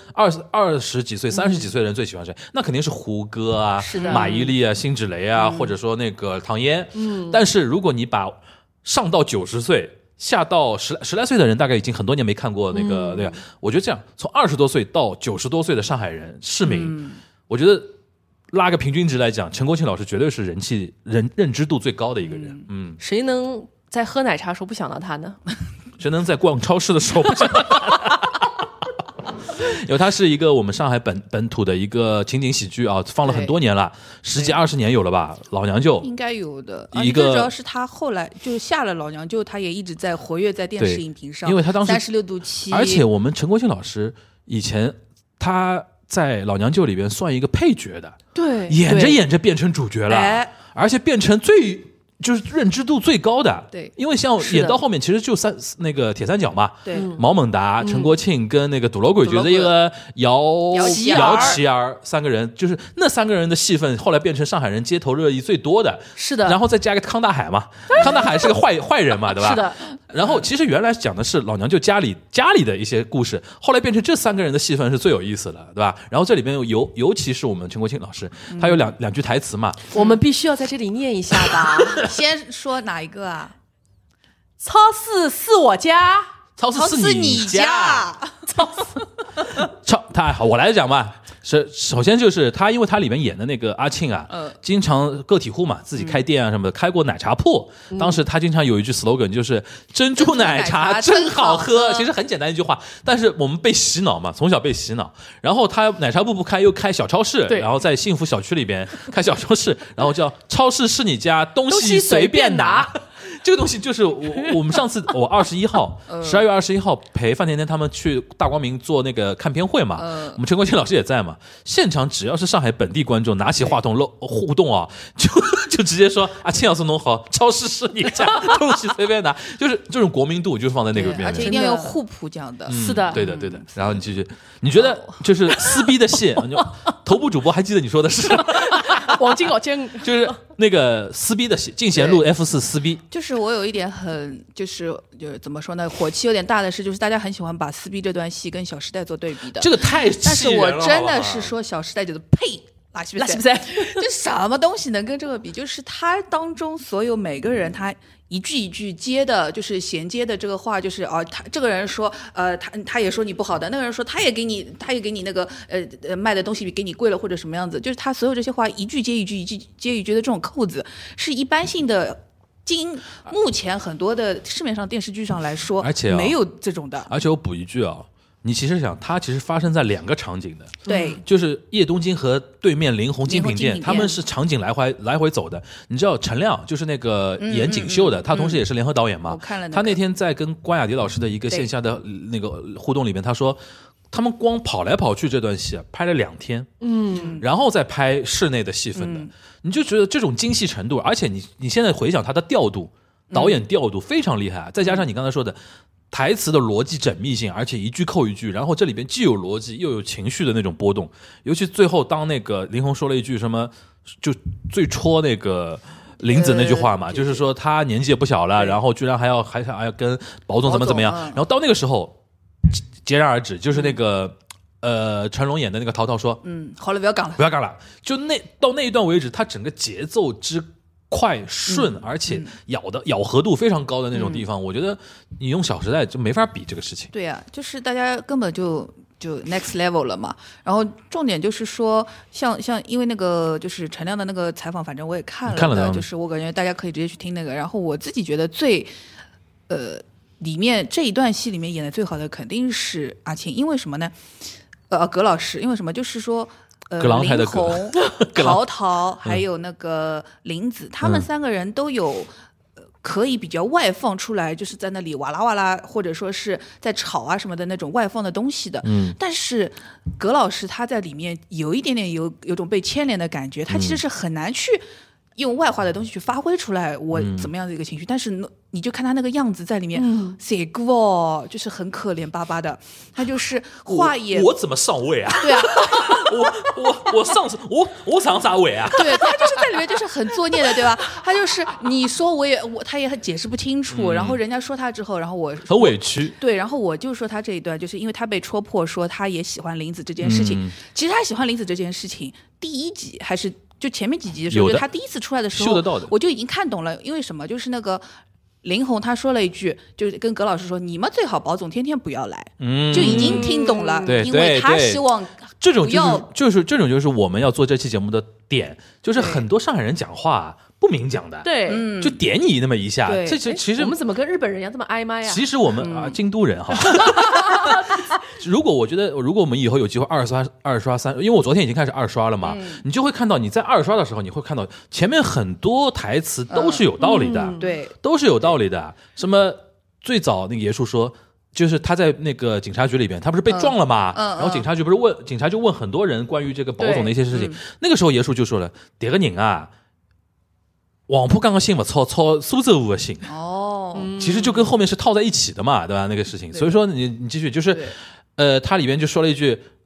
Speaker 2: 20几岁、30几岁的人最喜欢谁，那肯定是胡歌马伊琍辛芷蕾或者说那个唐嫣。但是如果你把上到90岁、下到十来岁的人，大概已经很多年没看过那个对吧？我觉得这样从20多岁到90多岁的上海人市民，我觉得拉个平均值来讲，陈国庆老师绝对是人气认知度最高的一个人。
Speaker 4: 谁能在喝奶茶的时候不想到他呢？
Speaker 2: 谁能在逛超市的时候不想到他？因为它是一个我们上海本土的一个情景喜剧放了很多年了，10几20年有了吧？老娘舅
Speaker 3: 应该有的。最主要是他后来就下了老娘舅，他也一直在活跃在电视荧屏上，
Speaker 2: 因为他当时
Speaker 3: 36度7。
Speaker 2: 而且我们陈国庆老师以前他在老娘舅里边算一个配角的，
Speaker 4: 对，
Speaker 2: 演着演着变成主角了，而且变成就是认知度最高的。
Speaker 3: 对，
Speaker 2: 因为像演到后面其实就那个铁三角嘛，
Speaker 3: 对，
Speaker 2: 毛猛达、陈国庆跟那个赌楼鬼觉的一个姚琪儿三个人，就是那3个人的戏份后来变成上海人街头热议最多的。
Speaker 4: 是的，
Speaker 2: 然后再加个康大海嘛，康大海是个坏人嘛，对吧？
Speaker 4: 是的。
Speaker 2: 然后其实原来讲的是老娘舅家里的一些故事，后来变成这3个人的戏份是最有意思的，对吧？然后这里边尤其是我们陈国庆老师，他有两句台词嘛，
Speaker 4: 我们必须要在这里念一下的。
Speaker 3: 先说哪一个啊？
Speaker 4: 超市是我家，
Speaker 2: 超市是你家，太好，我来讲吧。首先就是他，因为他里面演的那个阿庆啊，经常个体户嘛，自己开店啊什么的，开过奶茶铺。当时他经常有一句 slogan 就是珍珠奶茶真好喝，其实很简单一句话，但是我们被洗脑嘛，从小被洗脑。然后他奶茶铺不开，又开小超市，然后在幸福小区里边开小超市，然后叫超市是你家，东西随便拿。这个东西就是我们上次我12月21号陪范甜甜他们去大光明做那个看片会嘛，我们陈国庆老师也在嘛，现场只要是上海本地观众拿起话筒互动啊，就直接说啊，庆老师侬好，超市是你家，东西随便拿，就是这种国民度就是放在那个边，
Speaker 3: 而且一定要有互补讲的，
Speaker 4: 是的，
Speaker 2: 对的。然后你继续，你觉得就是撕逼的戏，头部主播还记得你说的是？
Speaker 4: 王金老监
Speaker 2: 就是那个撕逼的戏，进贤路 F4撕逼。
Speaker 3: 就是我有一点就是怎么说呢，火气有点大的是，就是大家很喜欢把撕逼这段戏跟《小时代》做对比的。
Speaker 2: 这个太气人了。
Speaker 3: 但是我真的是说，《小时代》就是呸。拉稀不塞，这什么东西能跟这个比？就是他当中所有每个人，他一句一句接的，就是衔接的这个话，就是他这个人说，他也说你不好的，那个人说他也给你那个卖的东西给你贵了或者什么样子，就是他所有这些话一句接一句，一句接一句的这种扣子，是一般性的。目前很多的市面上电视剧上来说，
Speaker 2: 而且
Speaker 3: 没有这种的。
Speaker 2: 而且我补一句啊。你其实想，它其实发生在2个场景的，
Speaker 3: 对，
Speaker 2: 就是叶东京和对面林鸿精品店，他们是场景来回走的。你知道陈亮就是那个演锦绣的，他同时也是联合导演嘛。
Speaker 3: 我看了
Speaker 2: 他那天在跟关雅迪老师的一个线下的那个互动里面，他说他们光跑来跑去这段戏拍了2天，然后再拍室内的戏份的，你就觉得这种精细程度，而且你现在回想他的调度，导演调度非常厉害，再加上你刚才说的。台词的逻辑缜密性，而且一句扣一句，然后这里边既有逻辑又有情绪的那种波动，尤其最后当那个林鸿说了一句什么，就最戳那个林子那句话嘛，就是说他年纪也不小了，然后居然还要跟保总怎么样，然后到那个时候戛然而止，就是那个成龙演的那个陶陶说，
Speaker 3: 好了，不要讲
Speaker 2: 了，就到那一段为止，他整个节奏之快顺，而且咬合度非常高的那种地方，我觉得你用《小时代》就没法比这个事情。
Speaker 3: 对呀，就是大家根本就 next level 了嘛。然后重点就是说，像因为那个就是陈亮的那个采访，反正我也看了的，就是我感觉大家可以直接去听那个。然后我自己觉得里面这一段戏里面演的最好的肯定是阿庆，因为什么呢？葛老师，因为什么？就是说。林鸿、陶陶还有那个林子，他们3个人都有可以比较外放出来，就是在那里哇啦哇啦，或者说是在吵啊什么的那种外放的东西的。但是葛老师他在里面有一点点有种被牵连的感觉，他其实是很难去用外化的东西去发挥出来我怎么样的一个情绪，但是你就看他那个样子在里面，写过就是很可怜巴巴的，他就是话也
Speaker 2: 我怎么上位啊？
Speaker 3: 对啊，
Speaker 2: 我上啥位啊？
Speaker 3: 对，他就是在里面就是很作孽的，对吧？他就是你说他也解释不清楚，然后人家说他之后，然后我
Speaker 2: 很委屈，
Speaker 3: 对，然后我就说他这一段就是因为他被戳破说他也喜欢林子这件事情，其实他喜欢林子这件事情，第1集还是就前面几集的时候，就他第一次出来的时候，我就已经看懂了，因为什么？就是那个。林鸿他说了一句，就是跟葛老师说：“你们最好保总天天不要来。”就已经听懂了，因为他希望
Speaker 2: 这种就是我们要做这期节目的点，就是很多上海人讲话不明讲的，
Speaker 4: 对，
Speaker 2: 就点你那么一下，这其实
Speaker 4: 我们怎么跟日本人一样这么挨麦啊？
Speaker 2: 其实我们京都人哈，如果我们以后有机会二刷3，因为我昨天已经开始2刷了嘛，你就会看到你在2刷的时候，你会看到前面很多台词都是有道理的，
Speaker 3: 对，
Speaker 2: 都是有道理的。什么最早那个爷叔说。就是他在那个警察局里边，他不是被撞了嘛？然后警察就问很多人关于这个保总的一些事情。那个时候爷叔就说了：“迭个人啊，黄浦刚刚心不操苏州吴的心。”其实就跟后面是套在一起的嘛，对吧？那个事情，所以说你继续就是，他里边就说了一句，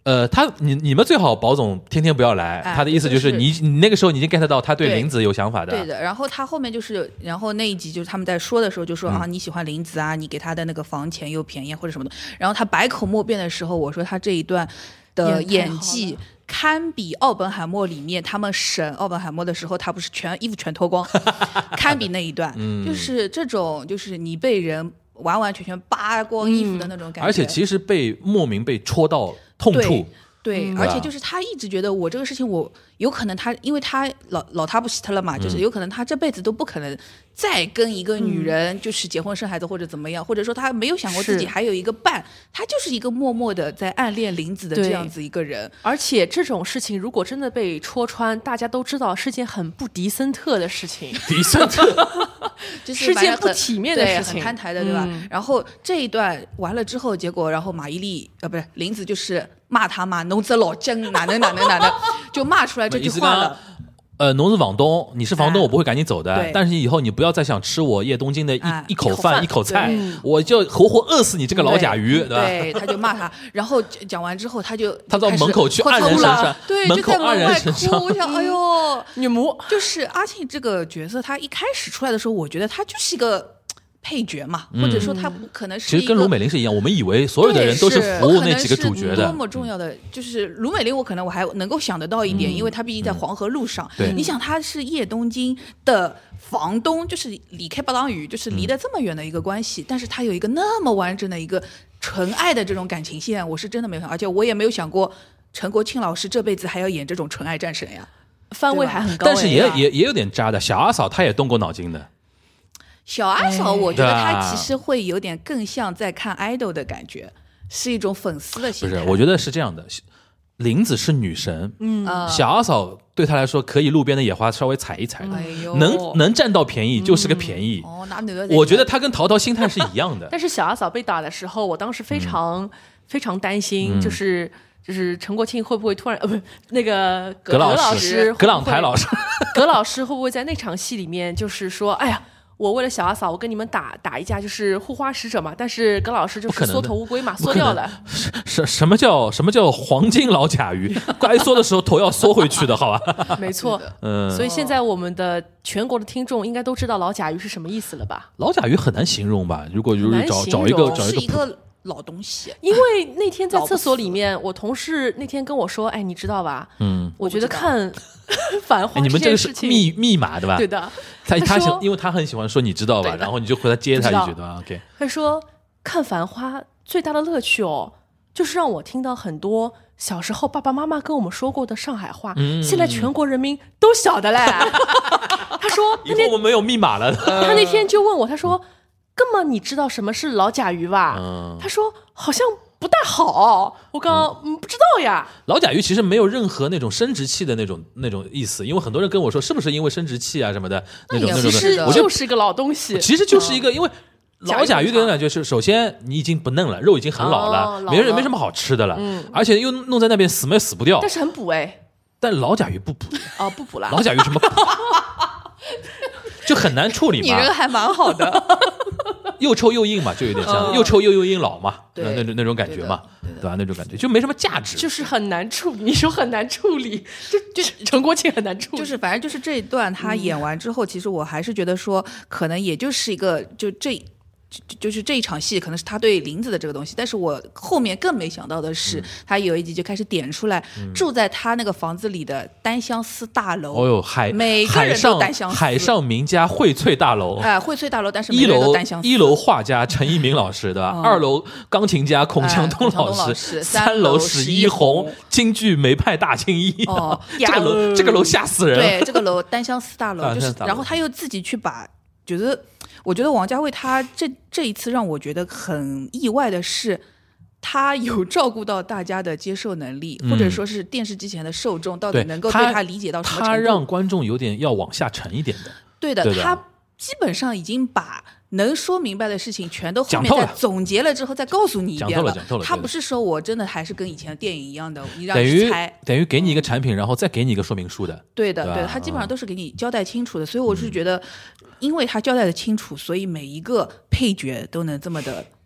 Speaker 2: 你们最好保总天天不要来。他的意思就是你那个时候你已经 get 到他对林子有想法的。
Speaker 3: 对的。然后他后面就是，然后那一集就是他们在说的时候就说啊，你喜欢林子啊，你给他的那个房钱又便宜或者什么的。然后他百口莫辩的时候，我说他这一段的演技堪比奥本海默里面他们审奥本海默的时候，他不是衣服全脱光，堪比那一段，就是这种就是你被人完完全全扒光衣服的那种感觉，
Speaker 2: 而且其实莫名被戳到痛处。
Speaker 3: 对，而且就是他一直觉得我这个事情，我有可能他，因为他老他不希特了嘛，就是有可能他这辈子都不可能再跟一个女人就是结婚生孩子或者怎么样，或者说他没有想过自己还有一个伴，他就是一个默默的在暗恋林子的这样子一个人。
Speaker 4: 而且这种事情如果真的被戳穿，大家都知道是件很不迪森特的事情，
Speaker 2: 迪森特
Speaker 3: 就是
Speaker 4: 件不体面的事情，
Speaker 3: 很摊台的，对吧？然后这一段完了之后，结果然后马伊琍不是林子就是骂他嘛，侬这老精哪能，就骂出来这句话了。
Speaker 2: 侬是房东，你是房东，我不会赶你走的。但是以后你不要再想吃我叶东京的一口饭一口菜，我就活活饿死你这个老甲鱼，对吧？
Speaker 3: 对，他就骂他，然后讲完之后，他
Speaker 2: 到门口去按人身上，
Speaker 3: 对，
Speaker 2: 门口按人身上。
Speaker 3: 我想，哎呦，
Speaker 4: 女巫
Speaker 3: 就是阿庆这个角色，他一开始出来的时候，我觉得他就是一个配角嘛，或者说他不可能是
Speaker 2: 其实跟卢美玲是一样，我们以为所有的人都是服务那几个主角的。
Speaker 3: 多么重要的就是卢美玲，我可能我还能够想得到一点，因为她毕竟在黄河路上。你想，她是叶东京的房东，就是离开八郎屿，就是离得这么远的一个关系，但是她有一个那么完整的一个纯爱的这种感情线，我是真的没有想，而且我也没有想过陈国庆老师这辈子还要演这种纯爱战神呀，
Speaker 4: 番位还很高。
Speaker 2: 但是也有点渣的，小阿嫂她也动过脑筋的。
Speaker 3: 小阿嫂，我觉得她其实会有点更像在看 idol 的感觉，是一种粉丝的心态。
Speaker 2: 不是，我觉得是这样的，林子是女神，小阿嫂对她来说可以路边的野花稍微踩一踩的，能占到便宜就是个便宜。我觉得她跟陶陶心态是一样的。
Speaker 4: 但是小阿嫂被打的时候，我当时非常担心，就是陈国庆会不会突然不是那个葛朗台老师葛老师会不会在那场戏里面就是说，哎呀，我为了小阿嫂，我跟你们打一架，就是护花使者嘛。但是葛老师就是缩头乌龟嘛，缩掉了。
Speaker 2: 什么叫黄金老甲鱼？该缩的时候头要缩回去的，好吧？
Speaker 4: 没错，所以现在我们的全国的听众应该都知道老甲鱼是什么意思了吧？
Speaker 2: 老甲鱼很难形容吧？如果找一个
Speaker 3: 老东西。
Speaker 4: 因为那天在厕所里面，我同事那天跟我说，哎，你知道吧？我觉得看繁花
Speaker 2: 你们这个是密码对吧？
Speaker 4: 对的。
Speaker 2: 他想，因为他很喜欢说你知道吧，然后你就回来接他一句对吧 ？OK。
Speaker 4: 他说看繁花最大的乐趣就是让我听到很多小时候爸爸妈妈跟我们说过的上海话，现在全国人民都晓得嘞。他说
Speaker 2: 以后我们没有密码了。
Speaker 4: 他那天就问我，他说哥们你知道什么是老甲鱼吧？他说好像不大好，我刚不知道呀。
Speaker 2: 老甲鱼其实没有任何那种生殖器的那种意思，因为很多人跟我说是不是因为生殖器啊什么的那种，
Speaker 4: 其实就是个老东西，
Speaker 2: 其实就是一个因为。老甲鱼给人感觉是，首先你已经不嫩了，肉已经很老了，没什么好吃的了，而且又弄在那边死死不掉。
Speaker 4: 但是很补
Speaker 2: 但老甲鱼不补
Speaker 4: 不补了。
Speaker 2: 老甲鱼什么补？就很难处理嘛。
Speaker 3: 你人还蛮好的。
Speaker 2: 又臭又硬嘛，就有点像又臭又硬老嘛，那种感觉嘛，对吧？那种感觉就没什么价值，
Speaker 4: 就是很难处理。你说很难处理，就陈国庆很难处理，
Speaker 3: 就是反正就是这一段他演完之后，其实我还是觉得说，可能也就是一个就是这一场戏可能是他对林子的这个东西，但是我后面更没想到的是，他有一集就开始点出来，住在他那个房子里的单相思大楼。
Speaker 2: 哦哟，
Speaker 3: 每个人都单相思。
Speaker 2: 海上名家荟萃大楼。
Speaker 3: 荟萃大楼，但是每个人都单相思。
Speaker 2: 一楼画家陈一鸣老师，对吧？二楼钢琴家孔强东老师，三楼史一红，京剧梅派大青衣。这个楼吓死人了。
Speaker 3: 对，这个楼单相思大楼，就是，然后他又自己去把。我觉得王家卫他这一次让我觉得很意外的是，他有照顾到大家的接受能力，或者说是电视机前的受众到底能够对他理解到什么程度。
Speaker 2: 他让观众有点要往下沉一点的。
Speaker 3: 对的，他基本上已经把能说明白的事情全都后面再总结了之后再告诉你一遍了。
Speaker 2: 讲透了。
Speaker 3: 他不是说我真的还是跟以前的电影一样的，你让你猜，
Speaker 2: 等于给你一个产品，然后再给你一个说明书的。
Speaker 3: 对的，他基本上都是给你交代清楚的，所以我是觉得，因为他交代的清楚，所以每一个配角都能这么的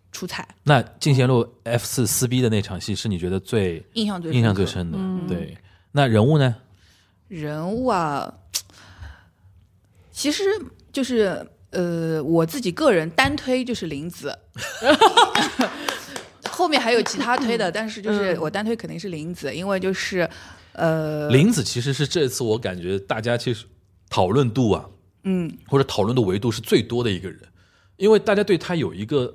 Speaker 3: 出彩。
Speaker 2: 那进贤路 F4撕逼的那场戏是你觉得最
Speaker 3: 印象最
Speaker 2: 深的？对。那人物呢？
Speaker 3: 人物啊，其实就是我自己个人单推就是林子，后面还有其他推的，但是就是我单推肯定是林子，因为就是
Speaker 2: 林子其实是这次我感觉大家其实讨论度啊，或者讨论的维度是最多的一个人，因为大家对他有一个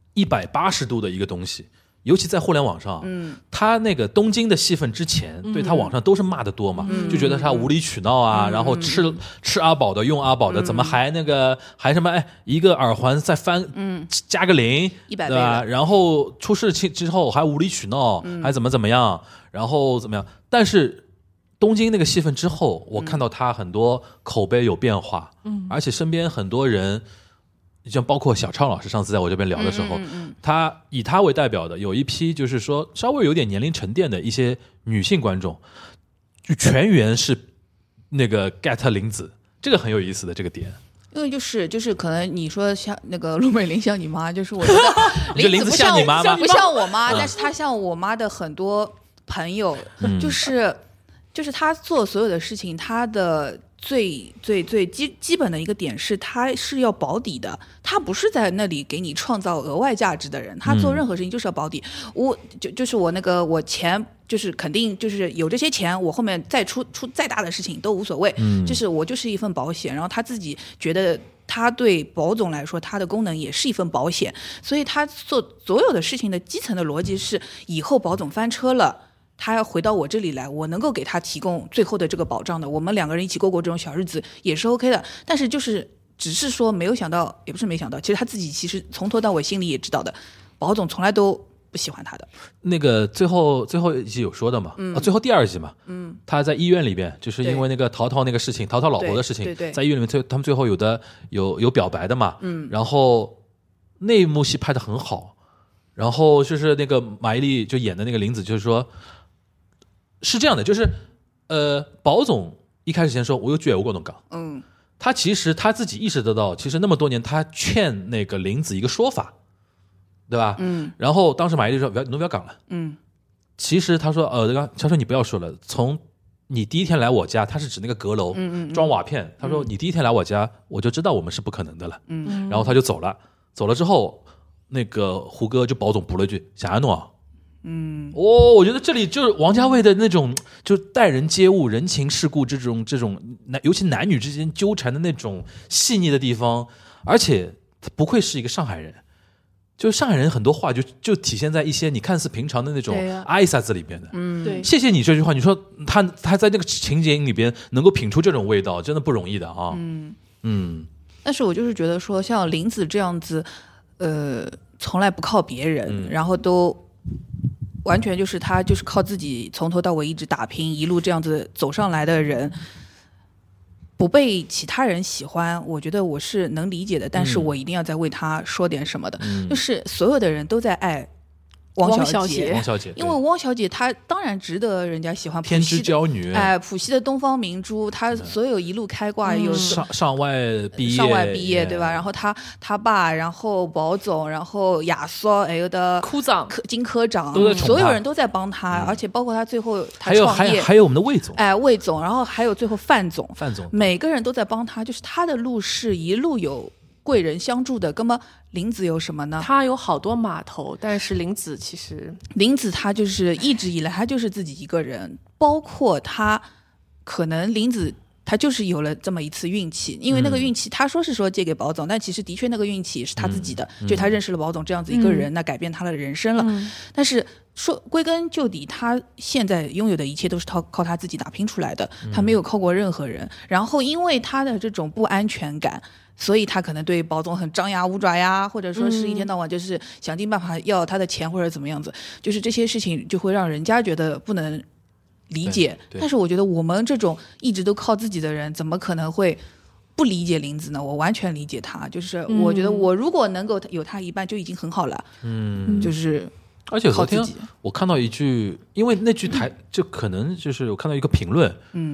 Speaker 2: 180度的一个东西。尤其在互联网上，他那个东京的戏份之前，对他网上都是骂的多嘛，就觉得他无理取闹啊，然后吃阿宝的用阿宝的，怎么还什么一个耳环再翻加个0，对吧？然后出事之后还无理取闹，还怎么样，然后怎么样？但是东京那个戏份之后，我看到他很多口碑有变化，而且身边很多人。像包括小畅老师上次在我这边聊的时候，他以他为代表的有一批就是说稍微有点年龄沉淀的一些女性观众，就全员是那个 get 林子，这个很有意思的这个点。
Speaker 3: 因为就是可能你说像那个陆美玲像你妈，就是我觉得
Speaker 2: 林子像你妈吗？
Speaker 3: 不像我妈，但是她像我妈的很多朋友，就是她做所有的事情，她的。最基本的一个点是，他是要保底的，他不是在那里给你创造额外价值的人，他做任何事情就是要保底。就是我钱就是肯定就是有这些钱，我后面再出再大的事情都无所谓，就是我就是一份保险。然后他自己觉得他对保总来说，他的功能也是一份保险，所以他做所有的事情的基层的逻辑是，以后保总翻车了。他要回到我这里来，我能够给他提供最后的这个保障的，我们2个人一起过这种小日子也是 OK 的。但是只是说没有想到，也不是没想到，其实他自己其实从头到尾心里也知道的，保总从来都不喜欢他的。
Speaker 2: 那个最后一集有说的嘛，最后第2集嘛，他在医院里边就是因为那个淘淘那个事情，淘淘老婆的事情，在医院里面他们最后有表白的嘛，然后那一幕戏拍得很好，然后就是那个马伊琍就演的那个林子，就是说。是这样的，就是保总一开始先说我有绝无过动港，他其实他自己意识得到，其实那么多年他劝那个林子一个说法，对吧？然后当时马伊琍说侬不要讲了，其实他说他说你不要说了，从你第一天来我家，他是指那个阁楼装瓦片，他说你第一天来我家，我就知道我们是不可能的了，然后他就走了之后，那个胡歌就保总补了一句想安诺啊。我觉得这里就是王家卫的那种，就待人接物、人情世故这种，尤其男女之间纠缠的那种细腻的地方，而且他不愧是一个上海人，就是上海人很多话就体现在一些你看似平常的那种挨萨子里边的。
Speaker 4: 对，
Speaker 2: 谢谢你这句话，你说他在那个情节里边能够品出这种味道，真的不容易的啊。
Speaker 3: 但是我就是觉得说，像林子这样子，从来不靠别人，然后都。完全就是他就是靠自己从头到尾一直打拼，一路这样子走上来的人，不被其他人喜欢，我觉得我是能理解的，但是我一定要再为他说点什么的，就是所有的人都在爱汪小姐，因为汪小姐她当然值得人家喜欢，
Speaker 2: 天之娇女，
Speaker 3: 浦西的东方明珠，她所有一路开挂，有
Speaker 2: 上外毕业，
Speaker 3: 对吧？然后她爸，然后保总，然后亚索，还有的金科长，所有人都在帮她，而且包括她最后她创业，
Speaker 2: 还有我们的魏总，
Speaker 3: 魏总，然后还有最后范总，每个人都在帮她，就是她的路是一路有贵人相助的。那么林子有什么呢？
Speaker 4: 他有好多码头，但是林子
Speaker 3: 他就是一直以来他就是自己一个人，包括他可能林子他就是有了这么一次运气，因为那个运气他说是说借给保总，但其实的确那个运气是他自己的，就他认识了保总这样子一个人，那改变他的人生了。但是说归根究底，他现在拥有的一切都是靠他自己打拼出来的，他没有靠过任何人。然后因为他的这种不安全感，所以他可能对保总很张牙舞爪呀，或者说是一天到晚就是想尽办法要他的钱或者怎么样子，就是这些事情就会让人家觉得不能理解。但是我觉得我们这种一直都靠自己的人，怎么可能会不理解林子呢？我完全理解他，就是我觉得我如果能够有他一半就已经很好了。就是
Speaker 2: 而且昨天我看到一句，因为那句台就可能就是我看到一个评论，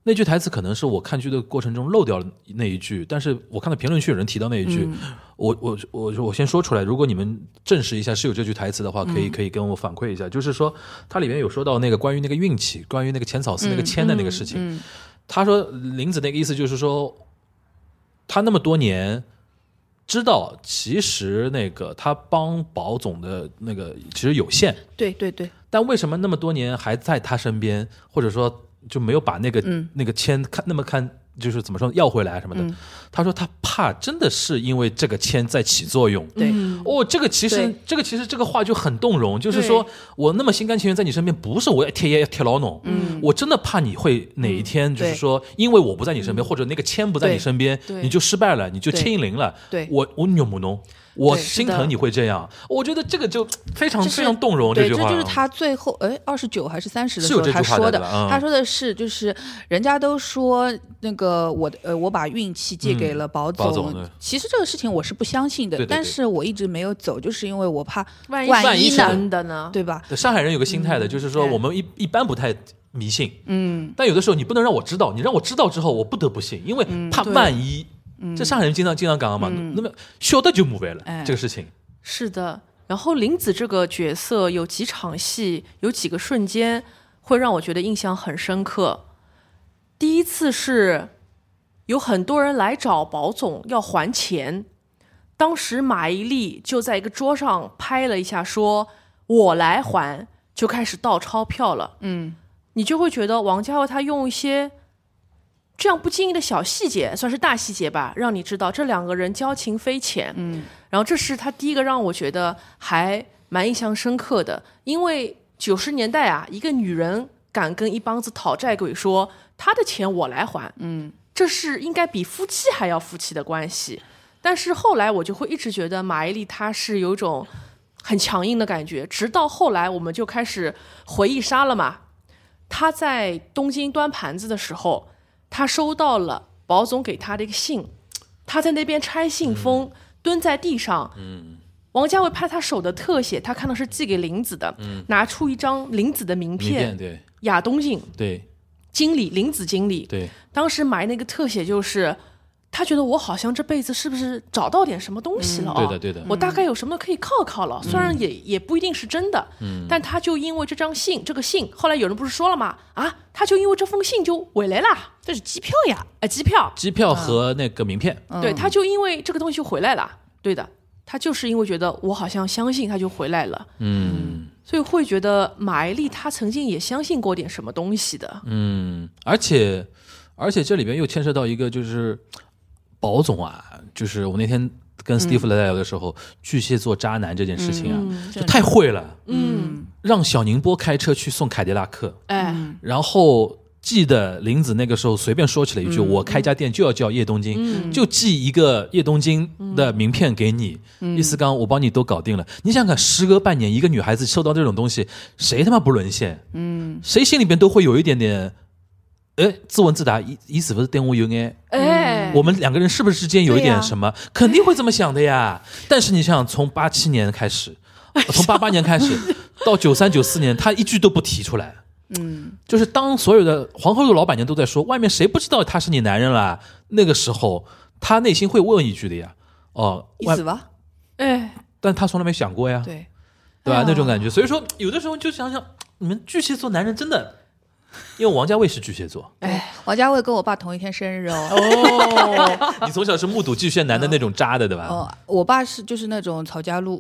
Speaker 2: 那句台词可能是我看剧的过程中漏掉了那一句，但是我看到评论区有人提到那一句，我先说出来，如果你们证实一下是有这句台词的话，可以跟我反馈一下。就是说，它里面有说到那个关于那个运气，关于那个浅草寺那个签的那个事情。他说林子那个意思就是说，他那么多年知道，其实那个他帮保总的那个其实有限，
Speaker 3: 对对对，
Speaker 2: 但为什么那么多年还在他身边，或者说就没有把那个签看就是怎么说要回来什么的？他说他怕真的是因为这个签在起作用。
Speaker 3: 对，
Speaker 2: 这个其实这个话就很动容，就是说我那么心甘情愿在你身边，不是我要贴牢侬，我真的怕你会哪一天就是说，因为我不在你身边，或者那个签不在你身边，你就失败了，你就清零了，我扭不侬。我心疼你会这样，我觉得这个就非常非常动容。
Speaker 3: 对，
Speaker 2: 这句话
Speaker 3: 这就是他最后29还是30的时候他说的。他说的是，就是人家都说那个我把运气借给了保总，其实这个事情我是不相信的，但是我一直没有走，就是因为我怕万一
Speaker 4: 真的呢，
Speaker 3: 对吧？
Speaker 2: 上海人有个心态的，就是说我们一般不太迷信，但有的时候你不能让我知道，你让我知道之后，我不得不信，因为怕万一。这上海人经常讲嘛，那么晓得就麻烦了，这个事情
Speaker 4: 是的。然后林子这个角色有几场戏，有几个瞬间会让我觉得印象很深刻。第一次是有很多人来找保总要还钱，当时马伊琍就在一个桌上拍了一下说我来还，就开始倒钞票了。你就会觉得王家卫他用一些这样不经意的小细节，算是大细节吧，让你知道这两个人交情匪浅。然后这是他第一个让我觉得还蛮印象深刻的，因为90年代啊，一个女人敢跟一帮子讨债鬼说他的钱我来还，这是应该比夫妻还要夫妻的关系。但是后来我就会一直觉得马伊琍她是有一种很强硬的感觉，直到后来我们就开始回忆杀了嘛。她在东京端盘子的时候，他收到了保总给他的一个信，他在那边拆信封，蹲在地上。王家卫拍他手的特写，他看到是寄给林子的，拿出一张林子的名片，
Speaker 2: 对，
Speaker 4: 亚东信，
Speaker 2: 对，
Speaker 4: 经理林子经理，
Speaker 2: 对，
Speaker 4: 当时埋那个特写就是他觉得我好像这辈子是不是找到点什么东西了啊？
Speaker 2: 对的，
Speaker 4: 我大概有什么可以靠了，虽然也不一定是真的，但他就因为这个信，后来有人不是说了吗？他就因为这封信就回来了，这是机票呀，机票
Speaker 2: 和那个名片，
Speaker 4: 对，他就因为这个东西就回来了，对的，他就是因为觉得我好像相信，他就回来了，所以会觉得马伊琍他曾经也相信过点什么东西的，
Speaker 2: 而且这里边又牵涉到一个就是保总啊，就是我那天跟史蒂夫来聊的时候，巨蟹座渣男这件事情啊，就太会了。让小宁波开车去送凯迪拉克，然后记得林子那个时候随便说起了一句，我开家店就要叫叶东京，就寄一个叶东京的名片给你，意思刚我帮你都搞定了。你想想看，时隔半年，一个女孩子收到这种东西，谁他妈不沦陷？谁心里边都会有一点点。自问自答，意思不是对我有爱，我们两个人是不是之间有一点什么？肯定会这么想的呀。但是你想想，从87年开始，从88年开始到93、94年，他一句都不提出来。就是当所有的皇后路老板娘都在说外面谁不知道他是你男人啦，那个时候他内心会问一句的呀。
Speaker 3: 意思吧？
Speaker 2: 但他从来没想过呀，对吧？那种感觉。所以说，有的时候就想想，你们巨蟹座男人真的。因为王家卫是巨蟹座，
Speaker 3: 王家卫跟我爸同一天生日哦。
Speaker 2: 你从小是目睹巨蟹男的那种渣的，对吧？
Speaker 3: 我爸是就是那种曹家渡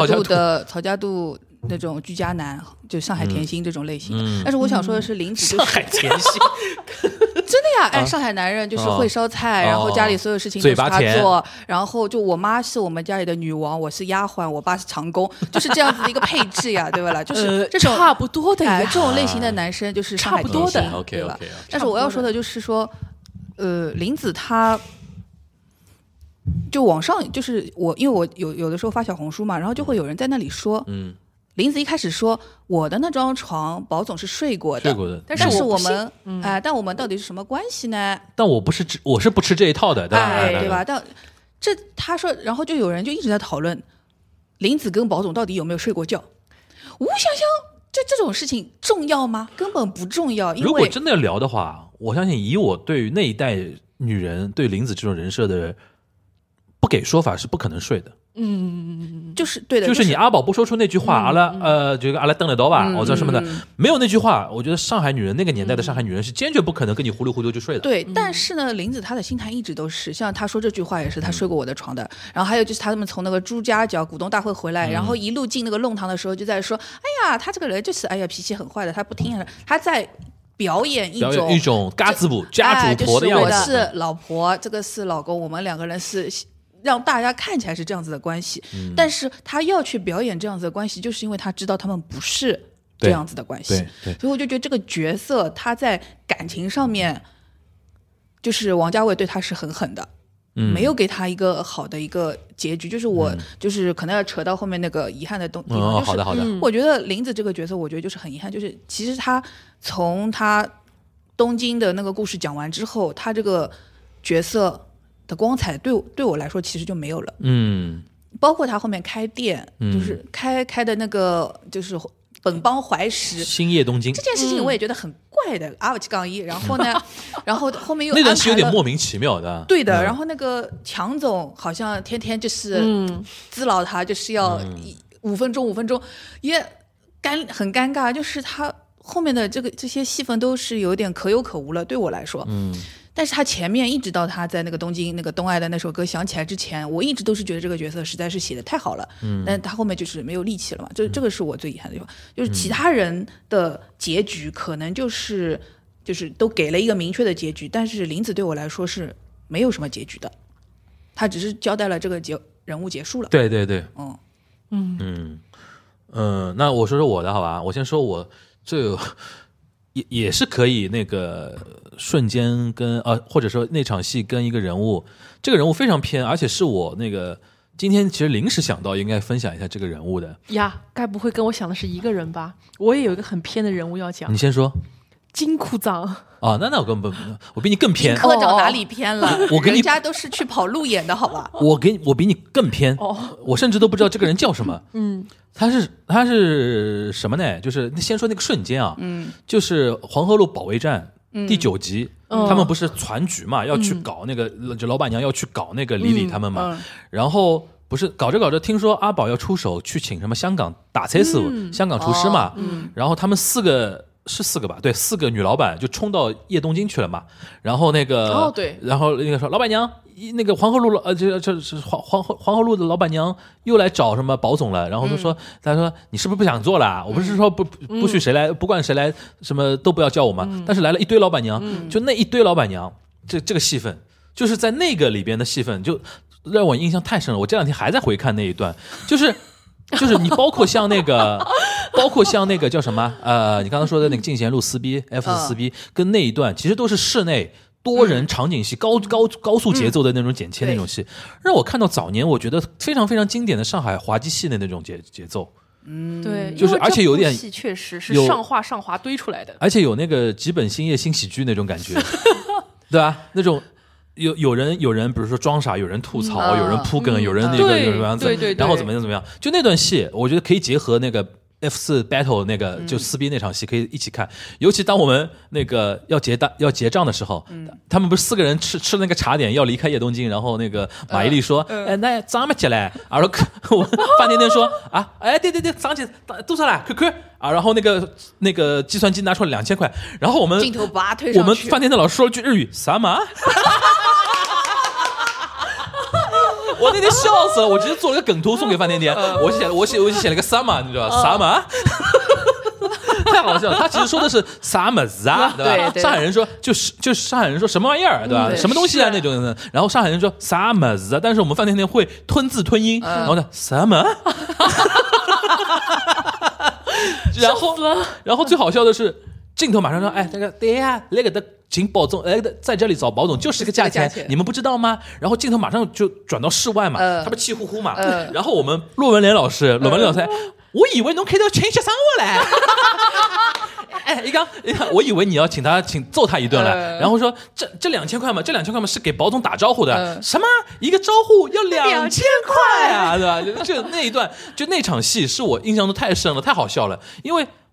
Speaker 3: 那种居家男，就上海甜心这种类型的。但是我想说的是，林子就是
Speaker 2: 上海甜心，
Speaker 3: 真的呀！上海男人就是会烧菜，然后家里所有事情都是他做，然后就我妈是我们家里的女王，我是丫鬟，我爸是长工，就是这样子的一个配置呀，对吧啦？就是这种
Speaker 4: 差不多的呀，
Speaker 3: 这种类型的男生就是上海甜心，对吧？但是我要说的就是说，林子他。就网上就是因为我有的时候发小红书嘛，然后就会有人在那里说，林子一开始说我的那张床保总是睡过的，但是我们但我们到底是什么关系呢？
Speaker 2: 但我是不吃这一套的，
Speaker 3: 对吧？但这他说，然后就有人就一直在讨论林子跟保总到底有没有睡过觉。我想想，这种事情重要吗？根本不重要。因为
Speaker 2: 如果真的要聊的话， 我相信以我对于那一代女人对林子这种人设的不给说法是不可能睡的。
Speaker 3: 就是对的，
Speaker 2: 就是你阿宝不说出那句话，阿拉这个阿拉登得到吧，我知道什么的，没有那句话，我觉得上海女人那个年代的上海女人是坚决不可能跟你糊里糊涂就睡的。
Speaker 3: 对，但是呢，林子她的心态一直都是，像她说这句话也是她睡过我的床的。然后还有就是他们从那个朱家角股东大会回来，然后一路进那个弄堂的时候就在说，哎呀，他这个人就是脾气很坏的，他不听，他在表演一种
Speaker 2: 嘎子补家主婆的样子，
Speaker 3: 就是我是老婆，这个是老公，我们两个人是让大家看起来是这样子的关系，但是他要去表演这样子的关系，就是因为他知道他们不是这样子的关系，所以我就觉得这个角色他在感情上面，就是王家卫对他是很狠的，没有给他一个好的一个结局，就是我就是可能要扯到后面那个遗憾的地方，
Speaker 2: 好的好的，
Speaker 3: 我觉得林子这个角色，我觉得就是很遗憾，就是其实他从他东京的那个故事讲完之后，他这个角色的光彩对我来说其实就没有了。包括他后面开店，就是开的那个就是本帮怀石
Speaker 2: 兴业东京
Speaker 3: 这件事情，我也觉得很怪的。阿瓦奇杠一，然后呢，然后后面又
Speaker 2: 那段是有点莫名其妙的。
Speaker 3: 对的，然后那个强总好像天天就是滋扰他，就是要5分钟，也很尴尬，就是他后面的这些戏份都是有点可有可无了，对我来说。但是他前面一直到他在那个东京那个东爱的那首歌响起来之前，我一直都是觉得这个角色实在是写的太好了，但是他后面就是没有力气了嘛，这个是我最遗憾的地方，就是其他人的结局可能就是都给了一个明确的结局，但是林子对我来说是没有什么结局的，他只是交代了这个人物结束了。
Speaker 2: 对，那我说说我的好吧，我先说我最有也是可以那个瞬间跟或者说那场戏跟一个人物，这个人物非常偏，而且是我那个今天其实临时想到应该分享一下这个人物的
Speaker 4: 呀，该不会跟我想的是一个人吧？我也有一个很偏的人物要讲。
Speaker 2: 你先说。
Speaker 4: 金库长
Speaker 2: 啊，那我根本我比你更偏。
Speaker 3: 科长哪里偏了？人家都是去跑路演的好吧？
Speaker 2: 我比你更偏。我甚至都不知道这个人叫什么。他是什么呢？就是先说那个瞬间啊，就是黄河路保卫战第9集，他们不是船局嘛，要去搞那个，就老板娘要去搞那个李他们嘛，然后不是搞着搞着，听说阿宝要出手去请什么香港大菜师傅、香港厨师嘛，然后他们4个吧，对，4个女老板就冲到叶东京去了嘛，然后那个
Speaker 4: 对，
Speaker 2: 然后那个说老板娘，那个黄河路这是黄河路的老板娘又来找什么保总了，然后他说你是不是不想做了？我不是说不许谁来，不管谁来什么都不要叫我嘛，但是来了一堆老板娘，就那一堆老板娘，这个戏份就是在那个里边的戏份就让我印象太深了，我这2天还在回看那一段，就是你包括像那个叫什么你刚刚说的那个进贤路撕逼 F 撕逼跟那一段其实都是室内多人场景戏高速节奏的那种剪切那种戏，让我看到早年我觉得非常非常经典的上海滑稽戏的那种节奏。
Speaker 4: 对，
Speaker 2: 就是而且有点
Speaker 4: 戏确实是上滑堆出来的，
Speaker 2: 而且有那个吉本兴业新喜剧那种感觉，对吧？那种有人，比如说装傻，有人吐槽，有人扑梗，有人那个有什么样子，
Speaker 4: 对，
Speaker 2: 然后怎么样，就那段戏，我觉得可以结合那个 F4 battle 那个就撕逼那场戏可以一起看，尤其当我们那个要结账的时候，他们不是4个人吃那个茶点要离开叶东京，然后那个马伊琍说，那咱们结嘞，然后我范甜甜说对，咱结多少啦？看然后那个计算机拿出来2000块，然后我们
Speaker 3: 镜头把推上去，
Speaker 2: 我们范甜甜老师说了句日语，什么？我那天笑死了，我直接做了个梗图送给范甜甜，我写了个 summer， 你知道吧 ？summer， 太好笑了。他其实说的是啥么子啊，对吧？
Speaker 3: 对，
Speaker 2: 上海人说就是上海人说什么玩意儿，对吧？什么东西啊那种的。然后上海人说啥么子啊，但是我们范甜甜会吞字吞音，然后呢什么？然后最好笑的是镜头马上说，对呀，那个的。请保总，在这里找保总就是个价钱，你们不知道吗？然后镜头马上就转到室外嘛，他不气呼呼嘛。然后我们骆文莲老师，我以为侬开头请吃生活嘞。一刚，我以为你要请揍他一顿了，然后说这2000块嘛，这2000块嘛是给保总打招呼的，什么一个招呼要2000块啊，对吧？就那一段，就那场戏是我印象中太深了，太好笑了，因为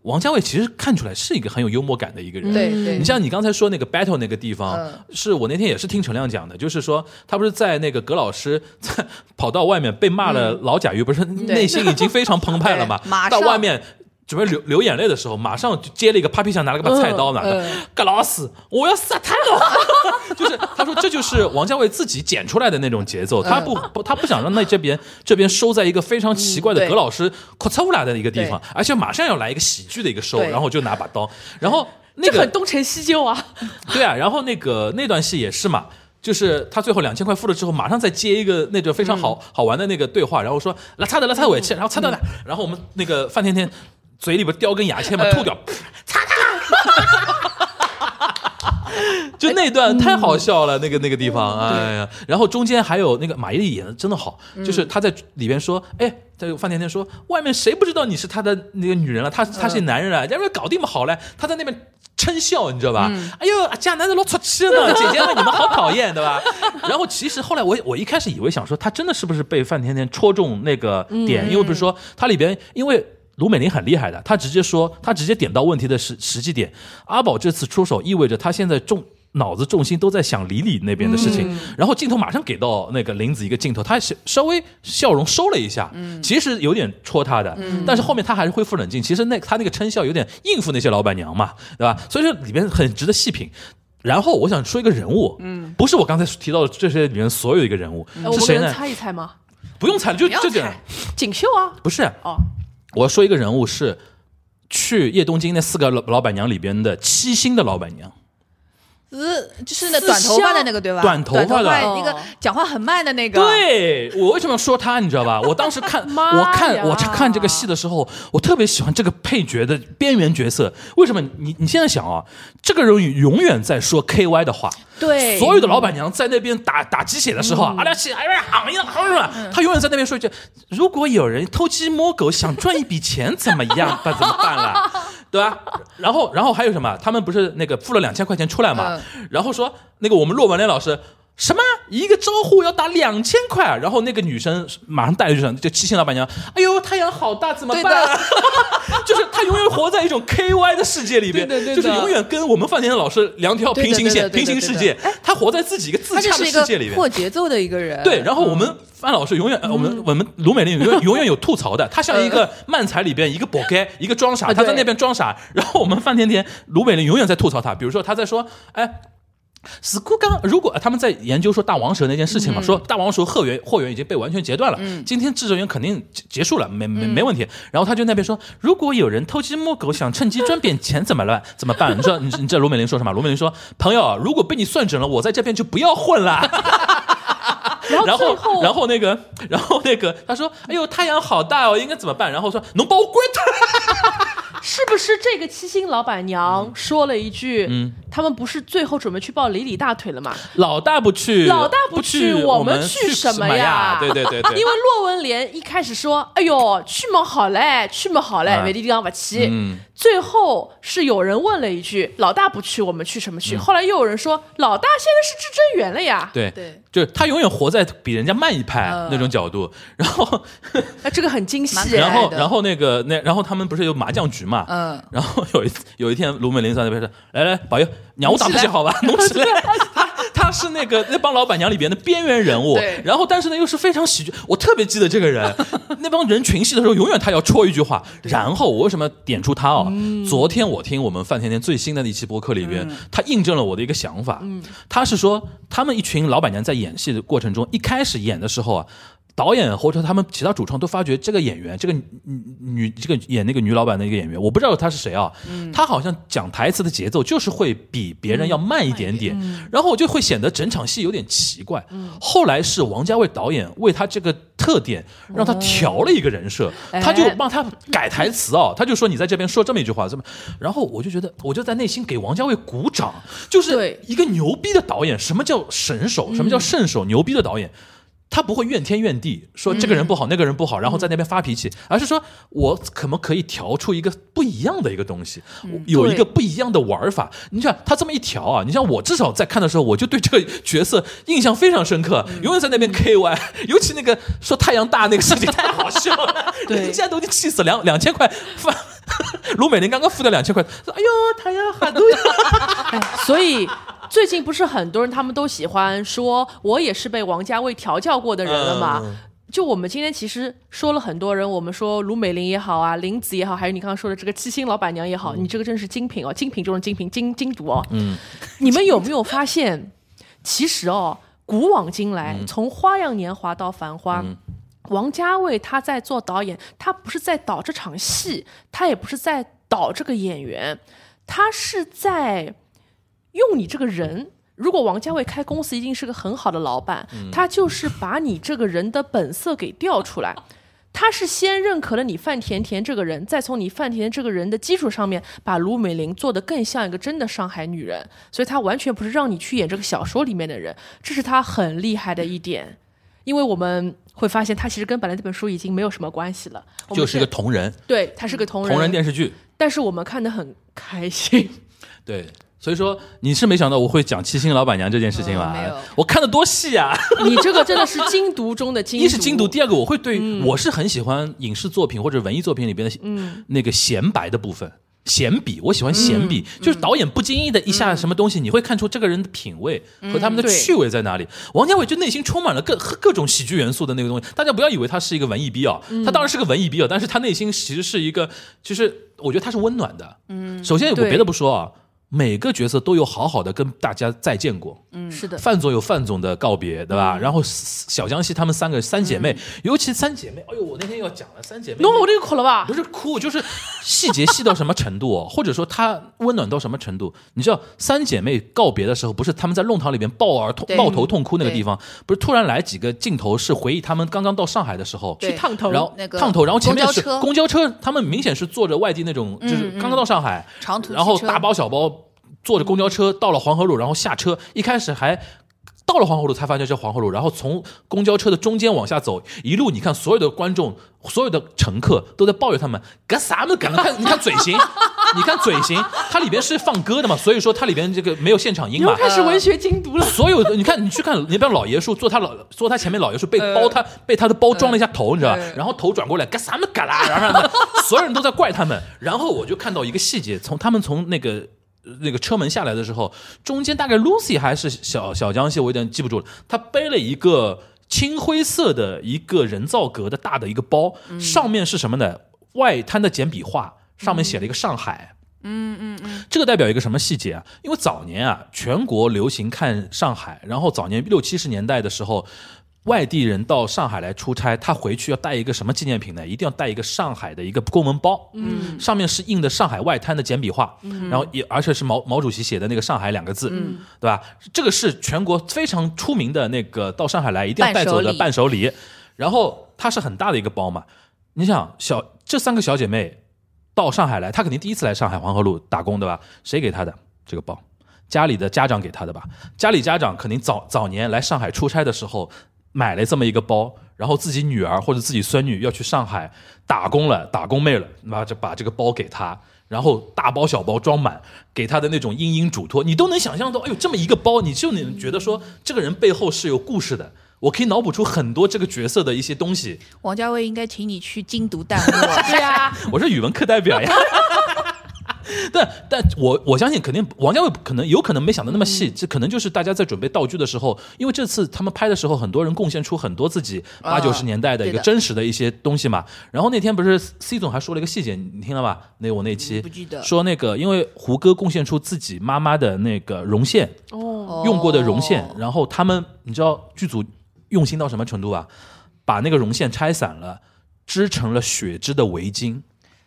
Speaker 2: 王家卫其实看出来是一个很有幽默感的一个人。
Speaker 3: 对对，
Speaker 2: 你像你刚才说那个 battle 那个地方，是我那天也是听陈亮讲的，就是说他不是在那个葛老师在跑到外面被骂了老甲鱼，不是内心已经非常澎湃了嘛，到外面准备流眼泪的时候，马上就接了一个 papi 箱，拿了个把菜刀，葛老师，我要杀他了！就是他说这就是王家卫自己剪出来的那种节奏，他不想让那这边收在一个非常奇怪的葛老师哭出来的一个地方，而且马上要来一个喜剧的一个收，然后就拿把刀，然后那个
Speaker 4: 很东成西就啊。
Speaker 2: 对啊，然后那段戏也是嘛。就是他最后2000块付了之后，马上再接一个那种非常好玩的那个对话，然后说拉擦的尾气，然后擦到哪，然后我们那个范甜甜嘴里边叼根牙签嘛，吐掉，擦他，就那段太好笑了，那个地方，哎呀，然后中间还有那个马伊琍演的真的好，就是他在里边说，哎。这个范甜甜说：“外面谁不知道你是他的那个女人了？他是男人了，要不然搞定嘛好嘞。”他在那边嗔笑，你知道吧？哎呦，家男的老出气呢，姐姐们你们好讨厌，对吧？然后其实后来我一开始以为想说他真的是不是被范甜甜戳中那个点，因为不是说他里边因为。卢美玲很厉害的，她直接点到问题的实际点。阿宝这次出手，意味着他现在脑子重心都在想李李那边的事情，然后镜头马上给到那个林子一个镜头，他稍微笑容收了一下，其实有点戳他的，但是后面他还是恢复冷静。其实他那个嗔笑有点应付那些老板娘嘛，对吧？所以说里面很值得细品。然后我想说一个人物，不是我刚才提到的这些里面所有一个人物，是谁呢？
Speaker 4: 我们猜一猜吗？
Speaker 2: 不用猜了，就这样。
Speaker 4: 锦绣啊？
Speaker 2: 不是
Speaker 4: 哦。
Speaker 2: 我要说一个人物是去叶东京那4个老板娘里边的7星的老板娘，
Speaker 3: 就是那短头发的那个对吧？
Speaker 2: 短头发的
Speaker 3: 那个讲话很慢的那个。
Speaker 2: 对，我为什么要说他？你知道吧？我当时看我看这个戏的时候，我特别喜欢这个配角的边缘角色。为什么？你现在想啊，这个人永远在说 KY 的话。
Speaker 3: 对，
Speaker 2: 所有的老板娘在那边打鸡血的时候，阿拉起他永远在那边说一句：“如果有人偷鸡摸狗想赚一笔钱，怎么样？怎么办了？对吧？”然后还有什么？他们不是那个付了2000块钱出来嘛？然后说那个我们骆文莲老师。什么一个招呼要打2000块？然后那个女生马上带了一句：“就7星老板娘，哎呦，太阳好大，怎么办啊？”就是她永远活在一种 KY 的世界里边，就是永远跟我们范甜甜老师两条平行线、平行世界。她活在自己一个自洽的世界里面，
Speaker 3: 破节奏的一个人。
Speaker 2: 对，然后我们范老师永远，我们卢美玲永远有吐槽的，她像一个漫才里边一个宝盖，一个装傻，她在那边装傻，然后我们范甜甜、卢美玲永远在吐槽她，比如说她在说，哎。死库刚，如果他们在研究说大王蛇那件事情嘛，说大王蛇货源已经被完全截断了，今天智者园肯定结束了，没问题。然后他就那边说，如果有人偷鸡摸狗想趁机赚点钱怎么办？你说你这卢美玲说什么？卢美玲说，朋友，如果被你算准了，我在这边就不要混了。然后那个他说，哎呦，太阳好大哦，应该怎么办？然后说，能把我滚蛋。
Speaker 4: 是不是这个7星老板娘说了一句，他们不是最后准备去抱李李大腿了吗？
Speaker 2: 老大不去，
Speaker 4: 我们去什么呀？
Speaker 2: 对。
Speaker 4: 因为骆文莲一开始说，哎呦，去么好嘞，没地方不去。最后是有人问了一句，老大不去，我们去什么去？后来又有人说，老大现在是至臻园了呀。
Speaker 2: 对，就是他永远活在比人家慢一拍那种角度。然后，
Speaker 4: 这个很惊喜。
Speaker 2: 然后然后他们不是有麻将局嘛？然后有一天，卢美玲在那边说：“来，宝佑，娘我打不起好吧？弄起来。”他是那帮老板娘里边的边缘人物，然后但是呢又是非常喜剧。我特别记得这个人，那帮人群戏的时候，永远他要戳一句话。然后我为什么点出他哦？昨天我听我们范甜甜最新的一期播客里边，他印证了我的一个想法。他是说，他们一群老板娘在演戏的过程中，一开始演的时候啊。导演或者他们其他主创都发觉这个演员，这个演那个女老板的一个演员，我不知道他是谁啊，他好像讲台词的节奏就是会比别人要慢一点点，然后就会显得整场戏有点奇怪。后来是王家卫导演为他这个特点让他调了一个人设，他就帮他改台词哦，他就说你在这边说这么一句话，然后我就觉得我就在内心给王家卫鼓掌，就是一个牛逼的导演。什么叫神手？什么叫圣手？牛逼的导演。他不会怨天怨地说这个人不好，那个人不好，然后在那边发脾气，而是说我可不可以调出一个不一样的一个东西，有一个不一样的玩法。你想他这么一调啊，你像我至少在看的时候，我就对这个角色印象非常深刻，永远在那边 KY， 尤其那个说太阳大那个事情太好笑了，人家都已经气死，2000块卢美玲刚刚付掉2000块，说哎呦，他呀好多呀。
Speaker 4: 所以最近不是很多人他们都喜欢说，我也是被王家卫调教过的人了嘛。就我们今天其实说了很多人，我们说卢美玲也好啊，林子也好，还有你刚刚说的这个七星老板娘也好，你这个真是精品哦，精品中的精品，精读哦。你们有没有发现，其实哦，古往今来，从《花样年华》到《繁花》。王家卫他在做导演，他不是在导这场戏，他也不是在导这个演员，他是在用你这个人。如果王家卫开公司一定是个很好的老板，他就是把你这个人的本色给调出来。他是先认可了你范甜甜这个人，再从你范甜甜这个人的基础上面，把卢美玲做得更像一个真的上海女人。所以他完全不是让你去演这个小说里面的人，这是他很厉害的一点。因为我们会发现，他其实跟本来这本书已经没有什么关系了，
Speaker 2: 就是个同人。
Speaker 4: 对，他是个同
Speaker 2: 人电视剧，
Speaker 4: 但是我们看得很开心。
Speaker 2: 对。所以说你是没想到我会讲七星老板娘这件事情吧？
Speaker 3: 没有，
Speaker 2: 我看得多细啊！
Speaker 4: 你这个真的是精读中的精读。
Speaker 2: 一是精读，第二个我会对、我是很喜欢影视作品或者文艺作品里边的那个闲白的部分。闲笔，我喜欢闲笔，就是导演不经意的一下什么东西，你会看出这个人的品味和他们的趣味在哪里。王家卫就内心充满了各种喜剧元素的那个东西，大家不要以为他是一个文艺逼啊，他当然是个文艺逼啊，但是他内心其实是一个，就是我觉得他是温暖的。首先我别的不说啊。每个角色都有好好的跟大家再见过，
Speaker 4: 是的。
Speaker 2: 范总有范总的告别，对吧？然后小江西他们三姐妹，尤其三姐妹，哎呦，我那天要讲了三姐妹，
Speaker 4: 弄我这个哭了吧？
Speaker 2: 不是哭，就是细节细到什么程度哦，或者说她温暖到什么程度？你知道三姐妹告别的时候，不是他们在弄堂里边抱头痛哭那个地方，不是突然来几个镜头是回忆他们刚刚到上海的时候
Speaker 4: 去烫头，
Speaker 2: 然后烫头，然后前面是公交车，他们明显是坐着外地那种，就是刚刚到上海
Speaker 3: 长途，
Speaker 2: 然后大包小包。坐着公交车到了黄河路，然后下车，一开始还到了黄河路才发现是黄河路，然后从公交车的中间往下走，一路你看所有的观众、所有的乘客都在抱怨他们干啥么干？你看嘴型，你看嘴型，它里边是放歌的嘛，所以说它里边这个没有现场音嘛。
Speaker 4: 又开始文学精读了。
Speaker 2: 所有的你看，你去看，你比方老爷叔坐他前面，老爷叔被他的包装了一下头，你知道吧？然后头转过来干啥么干啦，然后所有人都在怪他们。然后我就看到一个细节，他们从那个车门下来的时候，中间大概 Lucy 还是小江西，我有点记不住了。她背了一个青灰色的一个人造革的大的一个包，上面是什么呢？外滩的简笔画，上面写了一个上海。这个代表一个什么细节啊？因为早年啊，全国流行看上海，然后早年60、70年代的时候。外地人到上海来出差，他回去要带一个什么纪念品呢？一定要带一个上海的一个公文包，上面是印的上海外滩的简笔画，然后而且是毛主席写的那个上海2个字，对吧？这个是全国非常出名的那个到上海来一定要带走的伴手礼。然后它是很大的一个包嘛，你想这3个小姐妹到上海来，她肯定第一次来上海黄河路打工，对吧？谁给她的这个包？家里的家长给她的吧？家里家长肯定早年来上海出差的时候。买了这么一个包，然后自己女儿或者自己孙女要去上海打工妹了，把这个包给她，然后大包小包装满，给她的那种殷殷嘱托，你都能想象到，哎呦，这么一个包，你就能觉得说这个人背后是有故事的。我可以脑补出很多这个角色的一些东西。
Speaker 3: 王家卫应该请你去精读弹幕。
Speaker 4: 对啊，
Speaker 2: 我是语文课代表呀。但我相信肯定王家卫有可能没想的那么细，这可能就是大家在准备道具的时候，因为这次他们拍的时候，很多人贡献出很多自己80、90年代的一个真实的一些东西嘛。然后那天不是 C 总还说了一个细节，你听了吧？我那期
Speaker 3: 不记得
Speaker 2: 说那个，因为胡歌贡献出自己妈妈的那个绒线，用过的绒线，然后他们你知道剧组用心到什么程度吧？把那个绒线拆散了，织成了血织的围巾。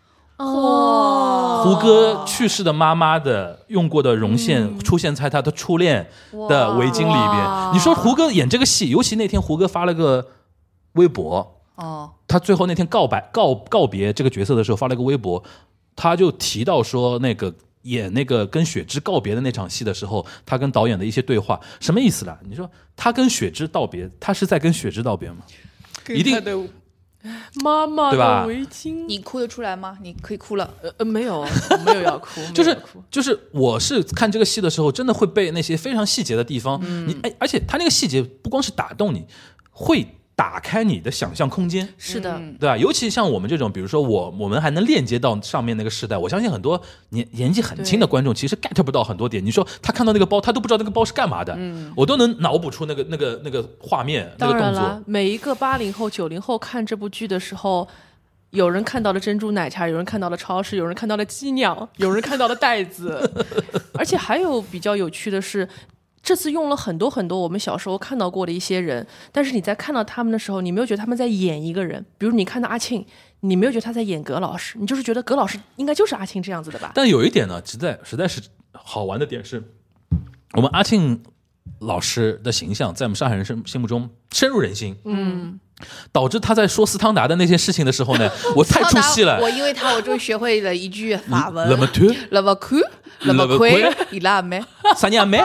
Speaker 2: 胡歌去世的妈妈的用过的绒线出现在他的初恋的围巾里边。你说胡歌演这个戏，尤其那天胡歌发了个微博，他最后那天告别这个角色的时候发了个微博，他就提到说那个演那个跟雪芝告别的那场戏的时候，他跟导演的一些对话，什么意思啦？你说他跟雪芝道别，他是在跟雪芝道别吗？一定
Speaker 4: 妈妈的围巾，
Speaker 3: 你哭得出来吗？你可以哭了。
Speaker 4: 没有要哭，
Speaker 2: 就是我是看这个戏的时候，真的会被那些非常细节的地方，而且他那个细节不光是打动你，会打开你的想象空间。
Speaker 4: 是的，
Speaker 2: 对吧？尤其像我们这种，比如说我们还能链接到上面那个时代，我相信很多年纪很轻的观众其实 get 不到很多点。你说他看到那个包，他都不知道那个包是干嘛的，我都能脑补出那个画面、那个动作。
Speaker 4: 当然了，每一个80后、90后看这部剧的时候，有人看到了珍珠奶茶，有人看到了超市，有人看到了鸡鸟，有人看到了袋子。而且还有比较有趣的是，这次用了很多很多我们小时候看到过的一些人，但是你在看到他们的时候，你没有觉得他们在演一个人。比如你看到阿庆，你没有觉得他在演葛老师，你就是觉得葛老师应该就是阿庆这样子的吧。
Speaker 2: 但有一点呢，实在是好玩的点是，我们阿庆老师的形象在我们上海人心目中深入人心，导致他在说斯汤达的那些事情的时候呢，我太出戏了。
Speaker 3: 我因为他，我终于学会了一句法文。
Speaker 2: 那么推，
Speaker 3: 那么酷，那么亏，伊拉没，
Speaker 2: 啥年没？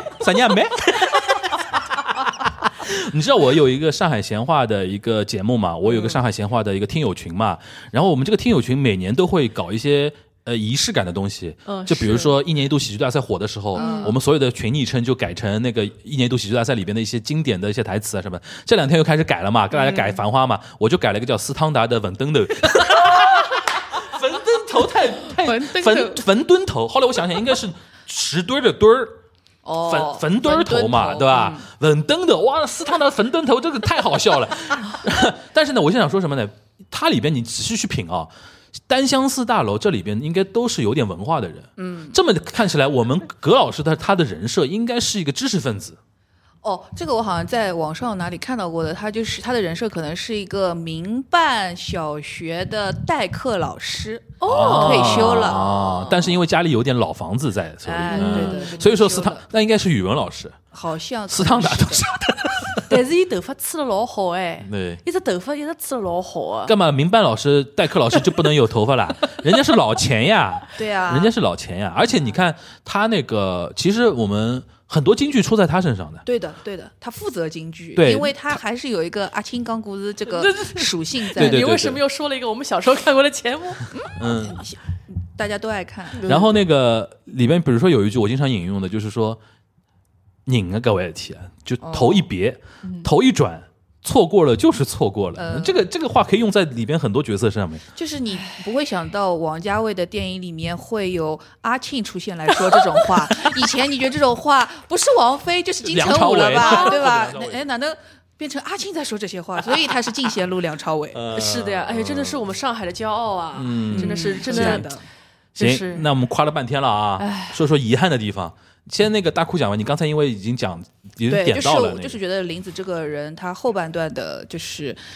Speaker 2: 你知道我有一个上海闲话的一个节目嘛？我有个上海闲话的一个听友群嘛，然后我们这个听友群每年都会搞一些仪式感的东西，就比如说一年一度喜剧大赛火的时候，我们所有的群昵称就改成那个一年一度喜剧大赛里边的一些经典的一些台词啊什么。这2天又开始改了嘛，跟大家改繁花嘛，我就改了一个叫斯汤达的稳登的。坟墩头太坟墩头，后来我想想应该是石墩的墩儿。坟墩头嘛，对吧？稳登的，哇，斯汤达坟墩头，这个太好笑了。但是呢，我现在想说什么呢？它里边你仔细去品啊，单相思大楼这里边应该都是有点文化的人。这么看起来，我们葛老师他的人设应该是一个知识分子。
Speaker 3: 这个我好像在网上哪里看到过的，他的人设可能是一个民办小学的代课老师，退休了
Speaker 2: 但是因为家里有点老房子在，所以
Speaker 3: 对，
Speaker 2: 所以说那应该是语文老师，
Speaker 3: 好像
Speaker 2: 斯汤达都是。
Speaker 4: 但是伊头发吹了老好
Speaker 2: 对，
Speaker 4: 一直头发一直吹了老好啊。
Speaker 2: 干嘛民办老师代课老师就不能有头发啦？人家是老钱呀，
Speaker 3: 对啊，
Speaker 2: 人家是老钱呀。而且你看他那个，其实我们很多京剧出在他身上的。
Speaker 3: 对的，他负责京剧，
Speaker 2: 对，
Speaker 3: 因为他还是有一个阿青钢骨子这个属性在。
Speaker 2: 对，
Speaker 4: 你为什么又说了一个我们小时候看过的节目？
Speaker 3: 大家都爱看。
Speaker 2: 然后那个里边，比如说有一句我经常引用的，就是说，拧啊，各位提，就头一别，头一转。错过了就是错过了，这个话可以用在里边很多角色上面。
Speaker 3: 就是你不会想到王家卫的电影里面会有阿庆出现来说这种话。以前你觉得这种话不是王菲就是金城武了吧，对吧？难道变成阿庆在说这些话？所以他是进贤路梁朝伟。
Speaker 4: 是的呀，真的是我们上海的骄傲啊！真的是真的。
Speaker 2: 行，那我们夸了半天了啊，说说遗憾的地方。先那个大哭讲完，你刚才因为已经点到了，
Speaker 3: 就是觉得林子这个人，他后半段的就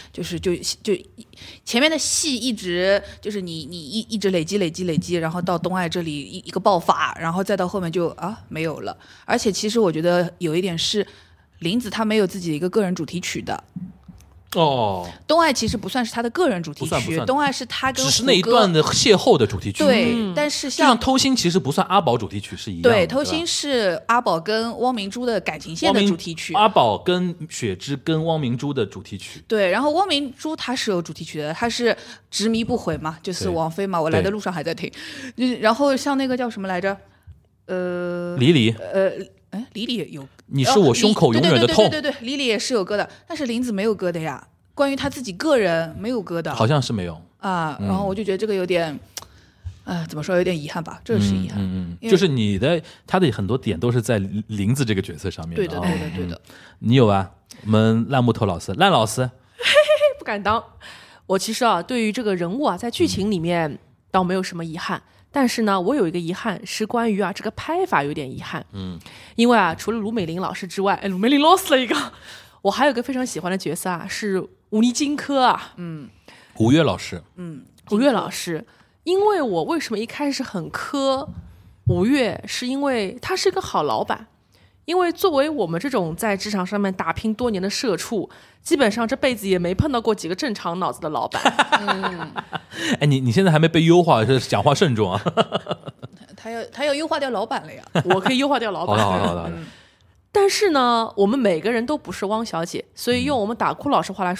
Speaker 3: 前面的戏一直就是你一直累积，然后到东爱这里一个爆发，然后再到后面就没有了。而且其实我觉得有一点是林子他没有自己的一个个人主题曲的。东爱其实不算是他的个人主题曲，东爱是他跟
Speaker 2: 只是那一段的邂逅的主题曲。
Speaker 3: 对，但是
Speaker 2: 像偷心其实不算阿宝主题曲是一样的。
Speaker 3: 对，偷心是阿宝跟汪明珠的感情线的主题曲。
Speaker 2: 阿宝跟雪芝跟汪明珠的主题曲。
Speaker 3: 对，然后汪明珠他是有主题曲的，他是执迷不悔嘛，就是王菲嘛，我来的路上还在听。然后像那个叫什么来着？
Speaker 2: 李李。
Speaker 3: 李李也有。
Speaker 2: 你是我胸口永远的痛。
Speaker 3: 对，李李也是有歌的，但是林子没有歌的呀。关于他自己个人没有歌的，
Speaker 2: 好像是没有
Speaker 3: 然后我就觉得这个有点，怎么说，有点遗憾吧，这是遗憾。
Speaker 2: 就是他的很多点都是在林子这个角色上面的。
Speaker 3: 对的。
Speaker 2: 你有啊？我们烂木头老师，烂老师，
Speaker 4: 不敢当。我其实对于这个人物在剧情里面倒没有什么遗憾。但是呢，我有一个遗憾是关于这个拍法有点遗憾。因为除了卢美玲老师之外，卢美玲 lost 了一个，我还有个非常喜欢的角色是吴妮金科
Speaker 2: 吴越老师。
Speaker 4: 吴越老师，因为我为什么一开始很磕吴越，是因为他是一个好老板。因为作为我们这种在职场上面打拼多年的社畜，基本上这辈子也没碰到过几个正常脑子的老板。
Speaker 2: 你现在还没被优化，是讲话慎重啊。
Speaker 3: 他要优化掉老板了呀。
Speaker 4: 我可以优化掉老板。
Speaker 2: 好的。
Speaker 4: 但是呢，我们每个人都不是汪小姐，所以用我们打哭老师话来说，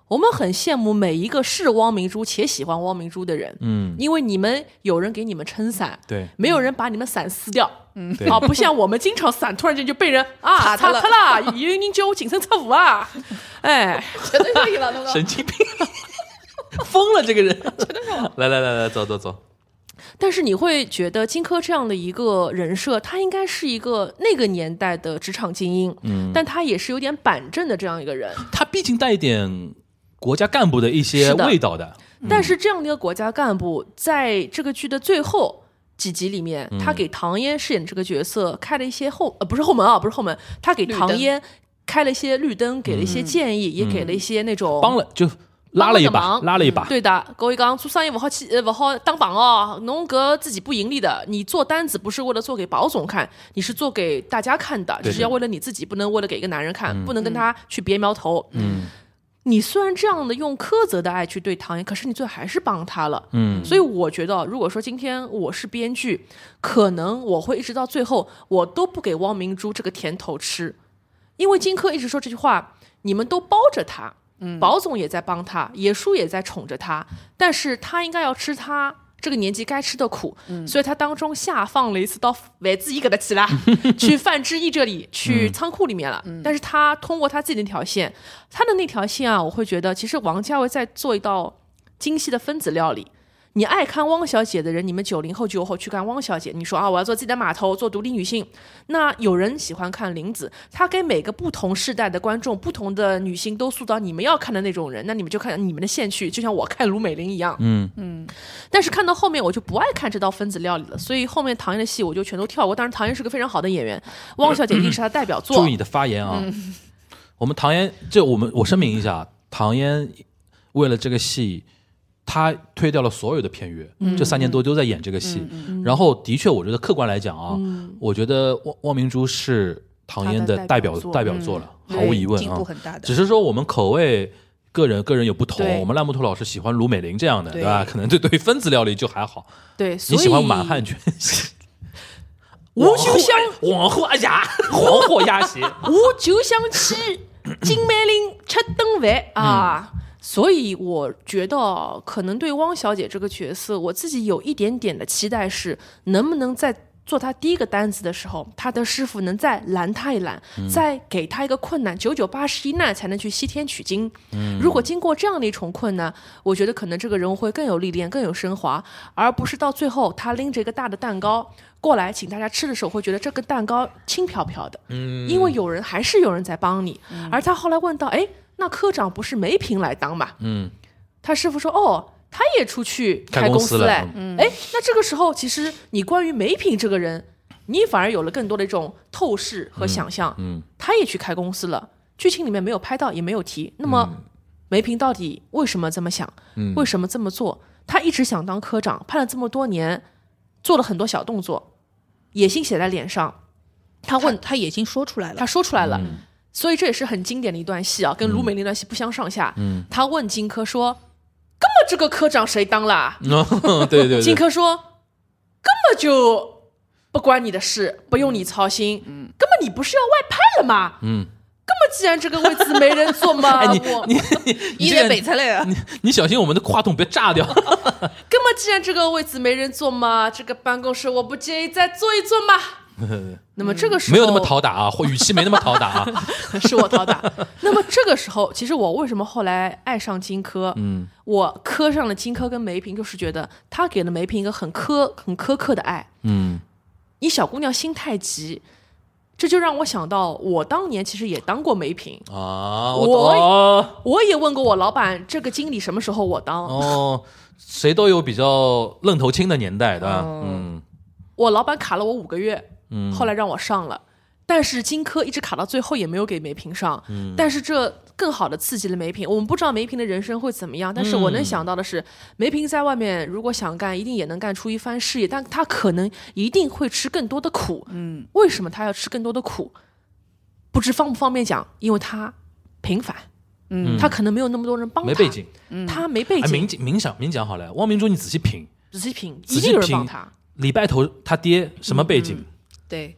Speaker 4: 我们很羡慕每一个是汪明珠且喜欢汪明珠的人，因为你们有人给你们撑伞，
Speaker 2: 对，
Speaker 4: 没有人把你们伞撕掉，
Speaker 2: 对
Speaker 4: 不像我们经常伞突然间就被人擦脱了，有人叫我净身出户啊，哎，
Speaker 3: 绝对可以了，
Speaker 2: 神经病，疯了这个人，来，走。
Speaker 4: 但是你会觉得荆轲这样的一个人设，他应该是一个那个年代的职场精英，但他也是有点板正的这样一个人，
Speaker 2: 他毕竟带一点国家干部的一些味道的。
Speaker 4: 但是这样的一个国家干部，在这个剧的最后几集里面，他给唐嫣饰演这个角色开了一些不是后门，他给唐嫣开了一些绿灯，给了一些建议，也给了一些那种
Speaker 2: 帮了就。拉了一把，
Speaker 4: 对的。各位讲做生意不好当榜哦，侬搿自己不盈利的，你做单子不是为了做给保总看，你是做给大家看的，就是要为了你自己，不能为了给一个男人看，不能跟他去别苗头。你虽然这样的用苛责的爱去对唐嫣，可是你最后还是帮他了。所以我觉得，如果说今天我是编剧，可能我会一直到最后，我都不给汪明珠这个甜头吃，因为荆轲一直说这句话，你们都包着他。保总也在帮他，野叔也在宠着他，但是他应该要吃他这个年纪该吃的苦，所以他当中下放了一次到饭子一给他去了，去范志毅这里，去仓库里面了。但是他通过他自己那条线，他的那条线啊，我会觉得其实王家卫在做一道精细的分子料理。你爱看汪小姐的人，你们90后90后去看汪小姐，你说我要做自己的码头，做独立女性。那有人喜欢看林子，她给每个不同世代的观众、不同的女性都塑造你们要看的那种人，那你们就看你们的线去，就像我看卢美玲一样。但是看到后面我就不爱看这道分子料理了，所以后面唐嫣的戏我就全都跳过。当然唐嫣是个非常好的演员，汪小姐一定是她的代表作。
Speaker 2: 注意你的发言啊！我们唐嫣，我声明一下，唐嫣为了这个戏。他推掉了所有的片约，这3年多都在演这个戏。然后的确，我觉得客观来讲啊，我觉得汪明珠是唐嫣的代表作了，毫无疑问啊，
Speaker 3: 进步很大的。
Speaker 2: 只是说我们口味个人有不同，我们烂木头老师喜欢卢美玲这样的，对吧？可能对分子料理就还好。
Speaker 4: 对，所以
Speaker 2: 你喜欢满汉全席。
Speaker 4: 我就想
Speaker 2: 黄货鸭血，
Speaker 4: 我就想去金美玲吃顿饭啊。所以我觉得可能对汪小姐这个角色，我自己有一点点的期待是，能不能在做她第一个单子的时候，她的师傅能再拦她一拦，再给她一个困难，99、81难才能去西天取经。如果经过这样的一重困难，我觉得可能这个人物会更有历练，更有升华，而不是到最后她拎着一个大的蛋糕过来请大家吃的时候，会觉得这个蛋糕轻飘飘的，因为还是有人在帮你。而他后来问到，那科长不是梅萍来当嘛？他师傅说，他也出去开公司了。那这个时候其实你关于梅萍这个人，你反而有了更多的一种透视和想象。他也去开公司了，剧情里面没有拍到，也没有提。那么梅萍到底为什么这么想？为什么这么做？他一直想当科长，判了这么多年，做了很多小动作，野心写在脸上。
Speaker 3: 他野心说出来了，
Speaker 4: 他说出来了。所以这也是很经典的一段戏啊，跟卢美玲那段戏不相上下。他问荆轲说：“根本这个科长谁当啦？”
Speaker 2: 对。
Speaker 4: 荆轲说：“根本就不关你的事，不用你操心。根本你不是要外派了吗？根本既然这个位置没人坐嘛，
Speaker 3: 你在北侧来啊！
Speaker 2: 你小心我们的话筒别炸掉。
Speaker 4: 根本既然这个位置没人坐嘛，这个办公室我不介意再坐一坐嘛。”那么这个时候
Speaker 2: 没有那么讨打啊，或语气没那么讨打啊，
Speaker 4: 是我讨打。那么这个时候，其实我为什么后来爱上荆轲？我磕上了荆轲跟梅萍，就是觉得他给了梅萍一个很苛刻的爱。你小姑娘心太急，这就让我想到，我当年其实也当过梅萍啊。我也问过我老板，这个经理什么时候我当？
Speaker 2: 谁都有比较愣头青的年代，对吧？
Speaker 4: 我老板卡了我5个月，后来让我上了，但是荆轲一直卡到最后也没有给梅萍上，但是这更好的刺激了梅萍。我们不知道梅萍的人生会怎么样，但是我能想到的是，梅萍在外面如果想干，一定也能干出一番事业，但她可能一定会吃更多的苦。为什么她要吃更多的苦？不知方不方便讲，因为她平凡。她可能没有那么多人帮她，
Speaker 2: 没背景，
Speaker 4: 她没背景。
Speaker 2: 明讲好了，汪明珠你仔细品，
Speaker 4: 一定有人帮她。
Speaker 2: 李白头他爹什么背景？
Speaker 3: 对，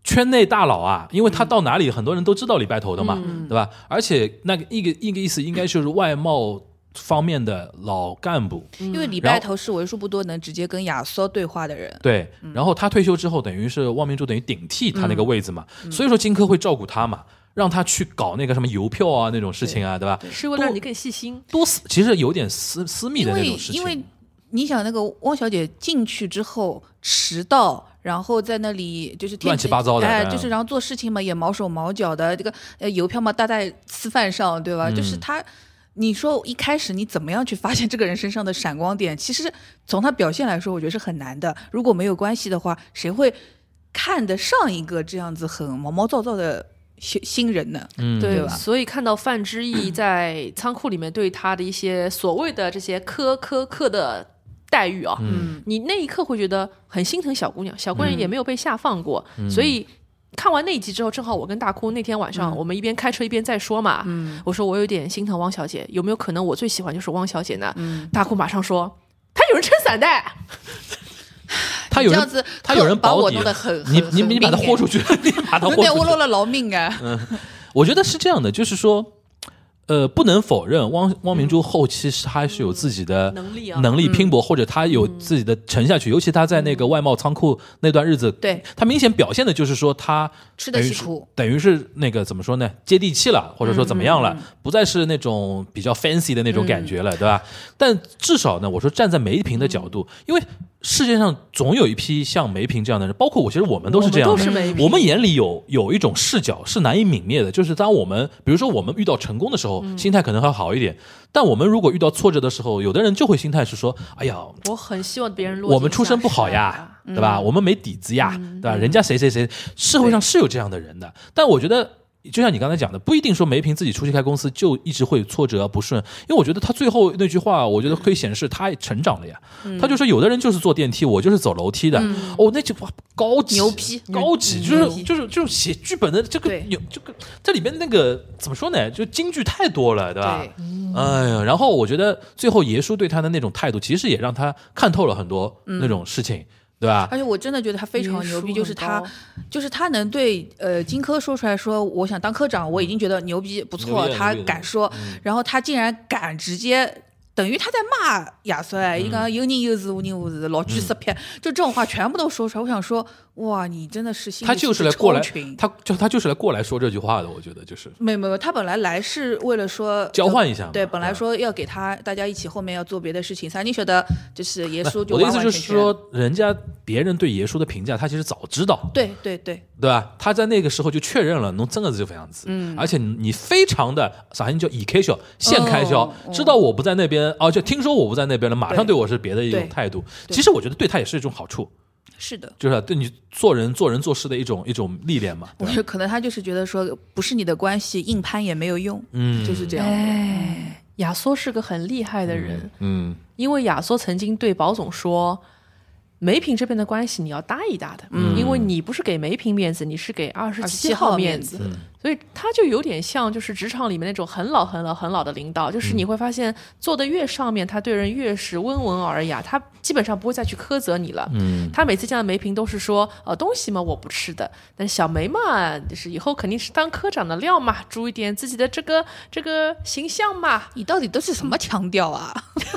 Speaker 2: 圈内大佬啊，因为他到哪里很多人都知道李白头的嘛，对吧？而且那个一个意思应该就是外贸方面的老干部，
Speaker 3: 因为李白头是为数不多能直接跟亚索对话的人。
Speaker 2: 对，然后他退休之后，等于是汪明珠等于顶替他那个位子嘛，所以说荆轲会照顾他嘛，让他去搞那个什么邮票啊那种事情啊，对吧？
Speaker 4: 是为了让你更细心，
Speaker 2: 其实有点私密的那种事情。
Speaker 3: 因为你想那个汪小姐进去之后迟到，然后在那里就是
Speaker 2: 乱七八糟的，
Speaker 3: 就是然后做事情嘛也毛手毛脚的，这个邮票嘛搭在吃饭上，对吧？就是他，你说一开始你怎么样去发现这个人身上的闪光点？其实从他表现来说，我觉得是很难的。如果没有关系的话，谁会看得上一个这样子很毛毛躁躁的新人呢？对吧？
Speaker 4: 所以看到范志毅在仓库里面对他的一些所谓的这些苛的待遇啊，你那一刻会觉得很心疼小姑娘，小姑娘也没有被下放过，所以看完那一集之后，正好我跟大哭那天晚上，我们一边开车一边在说嘛，我说我有点心疼汪小姐，有没有可能我最喜欢就是汪小姐呢？大哭马上说，她有人撑伞的。
Speaker 3: 他有人，
Speaker 2: 他有人
Speaker 3: 把我弄得很
Speaker 2: 你把他豁出去，你把他豁出去，
Speaker 3: 我落了劳命啊！
Speaker 2: 我觉得是这样的，就是说。不能否认汪明珠后期他是有自己的能力拼搏，或者他有自己的沉下去，尤其他在那个外贸仓库那段日子，
Speaker 3: 对，
Speaker 2: 他明显表现的就是说他
Speaker 3: 吃得起苦，
Speaker 2: 等于是那个怎么说呢，接地气了，或者说怎么样了，不再是那种比较 fancy 的那种感觉了，对吧？但至少呢，我说站在梅萍的角度，因为世界上总有一批像梅萍这样的人，包括其实我们都是这样的，我们眼里有一种视角是难以泯灭的，就是当我们比如说我们遇到成功的时候，心态可能还好一点，但我们如果遇到挫折的时候，有的人就会心态是说，哎呀，
Speaker 4: 我很希望别人落，
Speaker 2: 我们出身不好呀，对吧？我们没底子呀，对吧？人家谁，社会上是有这样的人的，但我觉得。就像你刚才讲的，不一定说梅萍自己出去开公司就一直会挫折不顺，因为我觉得他最后那句话，我觉得可以显示他成长了呀。他就说有的人就是坐电梯，我就是走楼梯的。那句话高级
Speaker 3: 牛批，
Speaker 2: 高级，就是写剧本的这个这里边那个怎么说呢？就金句太多了，对吧？哎呀，然后我觉得最后爷叔对他的那种态度，其实也让他看透了很多那种事情。对吧？
Speaker 3: 而且我真的觉得他非常牛逼，就是他能对荆轲说出来说我想当科长，我已经觉得牛逼不错，他敢说，然后他竟然敢直接。等于他在骂亚瑟哎，伊讲有人有事无人无事，老句色撇，就这种话全部都说出来。我想说，哇，你真的是心理素质超群。
Speaker 2: 他就是来过来说这句话的，我觉得就是。
Speaker 3: 没有，他本来是为了说
Speaker 2: 交换一下嘛，
Speaker 3: 对，本来说要给大家一起后面要做别的事情。你晓得，就是爷叔就
Speaker 2: 我的意思就是说，别人对爷叔的评价，他其实早知道。
Speaker 3: 对
Speaker 2: 吧？他在那个时候就确认了，侬真的是这个样子。而且你非常的啥叫以开销现开销，知道我不在那边。就听说我不在那边了，马上对我是别的一种态度。其实我觉得对他也是一种好处。
Speaker 3: 是的，
Speaker 2: 就是对你做人做事的一种历练嘛。
Speaker 3: 我觉得可能他就是觉得说，不是你的关系，硬攀也没有用。就是这样。
Speaker 4: 亚索是个很厉害的人。因为亚索曾经对宝总说。梅萍这边的关系你要搭一搭的，因为你不是给梅萍面子，你是给27号面子，所以他就有点像就是职场里面那种很老的领导，就是你会发现做的越上面，他对人越是温文尔雅，他基本上不会再去苛责你了。他每次见到梅萍都是说东西嘛我不吃的，但是小梅嘛就是以后肯定是当科长的料嘛，注意点自己的这个形象嘛。
Speaker 3: 你到底都是什么腔调啊？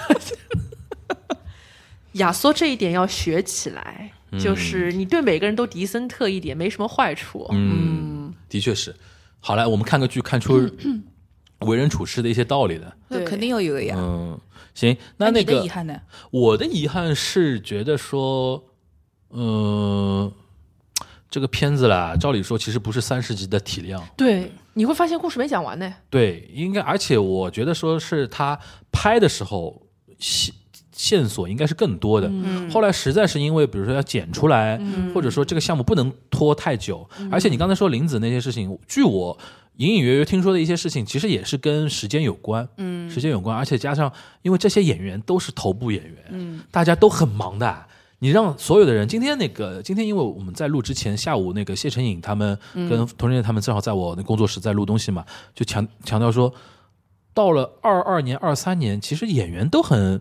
Speaker 4: 亚索这一点要学起来，就是你对每个人都迪森特一点，没什么坏处。
Speaker 2: 的确是。好了，我们看个剧，看出为人处事的一些道理的。
Speaker 3: 对，肯定要有的呀。
Speaker 2: 行，那
Speaker 3: 你的遗憾呢？
Speaker 2: 我的遗憾是觉得说，这个片子啦，照理说其实不是30集的体量。
Speaker 4: 对，你会发现故事没讲完呢。
Speaker 2: 对，应该，而且我觉得说是他拍的时候线索应该是更多的，后来实在是因为比如说要剪出来，或者说这个项目不能拖太久，而且你刚才说林子那些事情，据我隐隐约约听说的一些事情，其实也是跟时间有关，时间有关，而且加上因为这些演员都是头部演员，大家都很忙的，你让所有的人，今天因为我们在录之前下午那个谢承颖他们跟童仁他们正好在我那工作室在录东西嘛，就强调说，到了22年23年，其实演员都很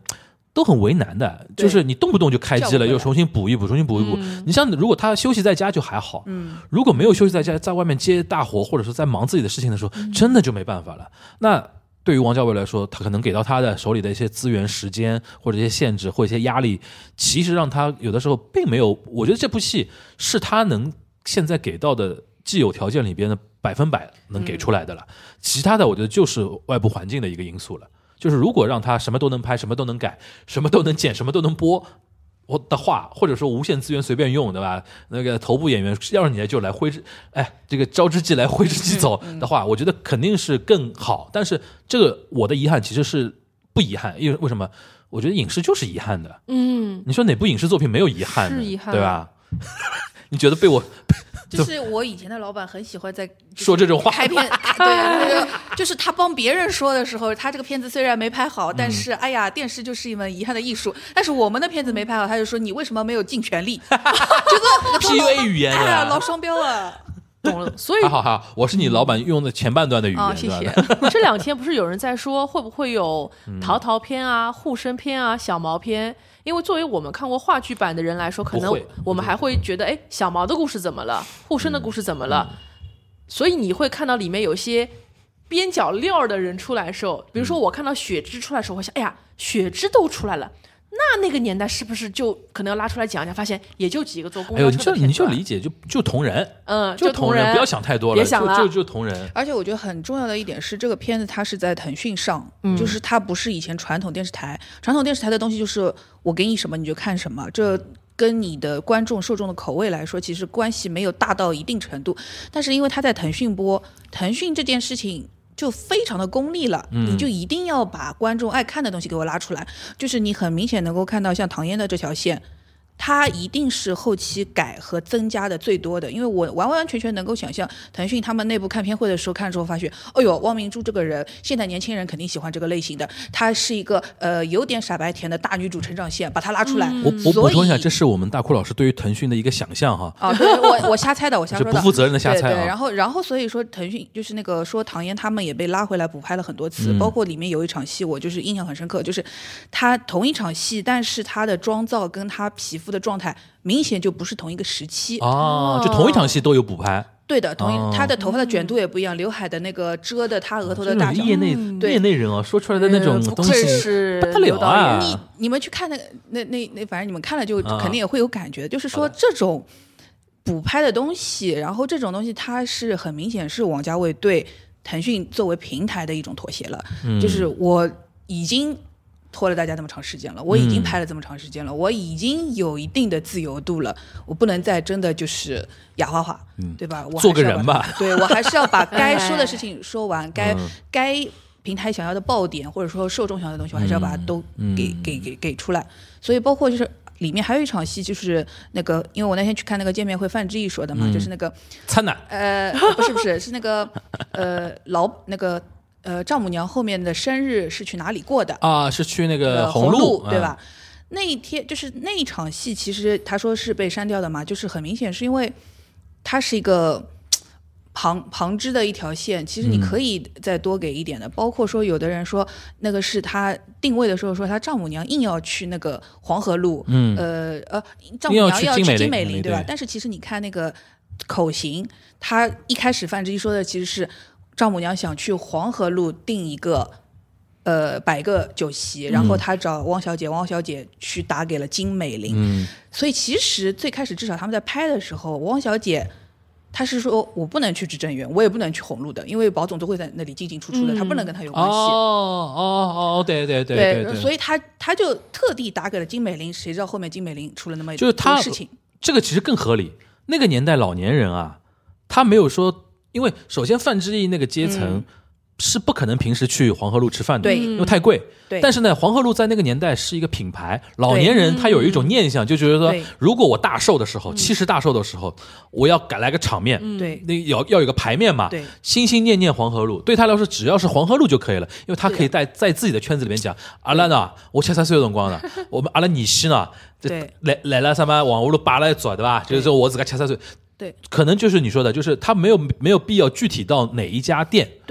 Speaker 2: 都很为难的，就是你动不动就开机了，又重新补一补。你像如果他休息在家就还好，如果没有休息在家，在外面接大活，或者说在忙自己的事情的时候，真的就没办法了。那对于王家卫来说，他可能给到他的手里的一些资源、时间或者一些限制或者一些压力，其实让他有的时候并没有。我觉得这部戏是他能现在给到的既有条件里边的100%能给出来的了，其他的我觉得就是外部环境的一个因素了。就是如果让他什么都能拍，什么都能改，什么都能剪，什么都能播的话，或者说无限资源随便用，对吧？那个头部演员要是你就来挥之，这个招之即来挥之即走的话，我觉得肯定是更好。但是这个我的遗憾其实是不遗憾，因为为什么？我觉得影视就是遗憾的。你说哪部影视作品没有遗憾的？
Speaker 4: 是遗憾，
Speaker 2: 对吧？你觉得被我？
Speaker 3: 就是我以前的老板很喜欢在
Speaker 2: 说这种话，
Speaker 3: 开片，对，就是他帮别人说的时候，他这个片子虽然没拍好，但是哎呀，电视就是一门遗憾的艺术。但是我们的片子没拍好，他就说你为什么没有尽全力？这个
Speaker 2: PUA 语言
Speaker 3: 啊，老双标啊。
Speaker 4: 懂了，所以
Speaker 2: 还好，我是你老板用的前半段的语言。
Speaker 3: 谢谢。
Speaker 4: 这2天不是有人在说会不会有淘淘片啊、护身片啊、小毛片？因为作为我们看过话剧版的人来说，可能我们还会觉得，小毛的故事怎么了？护身的故事怎么了？所以你会看到里面有些边角料的人出来的时候，比如说我看到雪芝出来的时候，我想，哎呀，雪芝都出来了。那个年代是不是就可能要拉出来讲讲？发现也就几个坐公交车的片段，
Speaker 2: 你就理解就同人，
Speaker 4: 就
Speaker 2: 同人，不要想太多了，
Speaker 4: 别想了，
Speaker 2: 就同人。
Speaker 3: 而且我觉得很重要的一点是，这个片子它是在腾讯上，就是它不是以前传统电视台的东西，就是我给你什么你就看什么，这跟你的观众受众的口味来说，其实关系没有大到一定程度。但是因为它在腾讯播，腾讯这件事情就非常的功利了，你就一定要把观众爱看的东西给我拉出来。就是你很明显能够看到像唐嫣的这条线，它一定是后期改和增加的最多的。因为我完完全全能够想象腾讯他们内部看片会的时候，看之后发现，哎呦，汪明珠这个人现在年轻人肯定喜欢这个类型的，她是一个有点傻白甜的大女主成长线，把她拉出来。
Speaker 2: 我补充一下，这是我们大库老师对于腾讯的一个想象哈。
Speaker 3: 对，我瞎猜的，我瞎说的，
Speaker 2: 不负责任的瞎猜。
Speaker 3: 对，然后所以说腾讯就是那个说唐嫣他们也被拉回来补拍了很多次，包括里面有一场戏我就是印象很深刻，就是他同一场戏，但是他的妆造跟他皮肤的状态明显就不是同一个时期
Speaker 2: 就同一场戏都有补拍。
Speaker 3: 对的，他的头发的卷度也不一样，刘海的那个遮的他额头的大小，
Speaker 2: 业内人说出来的那种东西
Speaker 4: 是
Speaker 2: 不得了啊！
Speaker 3: 你们去看那反正你们看了就肯定也会有感觉，就是说这种补拍的东西，然后这种东西它是很明显是王家卫对腾讯作为平台的一种妥协了，就是我已经拖了大家这么长时间了，我已经拍了这么长时间了，我已经有一定的自由度了，我不能再真的就是哑花花，对吧？我
Speaker 2: 做个人吧，
Speaker 3: 对，我还是要把该说的事情说完，该平台想要的爆点或者说受众想要的东西，我还是要把它都给出来。所以包括就是里面还有一场戏，就是那个，因为我那天去看那个见面会，范志毅说的嘛，就是那个
Speaker 2: 参奶，
Speaker 3: 不是是那个那个丈母娘后面的生日是去哪里过的
Speaker 2: 啊？是去那个
Speaker 3: 红
Speaker 2: 路，
Speaker 3: 对吧？那一天就是那一场戏，其实他说是被删掉的嘛，就是很明显是因为它是一个旁支的一条线，其实你可以再多给一点的，包括说有的人说那个是他定位的时候说他丈母娘硬要去那个黄河路，丈母娘要去金美龄，对吧？但是其实你看那个口型，他一开始范志毅说的其实是丈母娘想去黄河路订一个摆个酒席，然后他找汪小姐去打给了金美龄，所以其实最开始至少他们在拍的时候，汪小姐他是说我不能去至臻园，我也不能去红路的，因为保总都会在那里进进出出的，他不能跟他有关系。对，所以他就特地打给了金美龄，谁知道后面金美龄出了那么多事情。
Speaker 2: 这个其实更合理，那个年代老年人啊，他没有说，因为首先范志毅那个阶层是不可能平时去黄河路吃饭的，因为太贵。但是呢，黄河路在那个年代是一个品牌，老年人他有一种念想，就觉得说，如果我大寿的时候，70大寿的时候，我要来个场面，那要有个牌面嘛，心心念念黄河路，对他来说只要是黄河路就可以了，因为他可以在自己的圈子里面讲，阿拉呢，我73岁的辰光呢，我们阿拉儿媳呢，来了什么黄河路摆了一桌，对吧？就是说我自个73岁。
Speaker 3: 对，
Speaker 2: 可能就是你说的，就是他没有必要具体到哪一家店，
Speaker 3: 对的，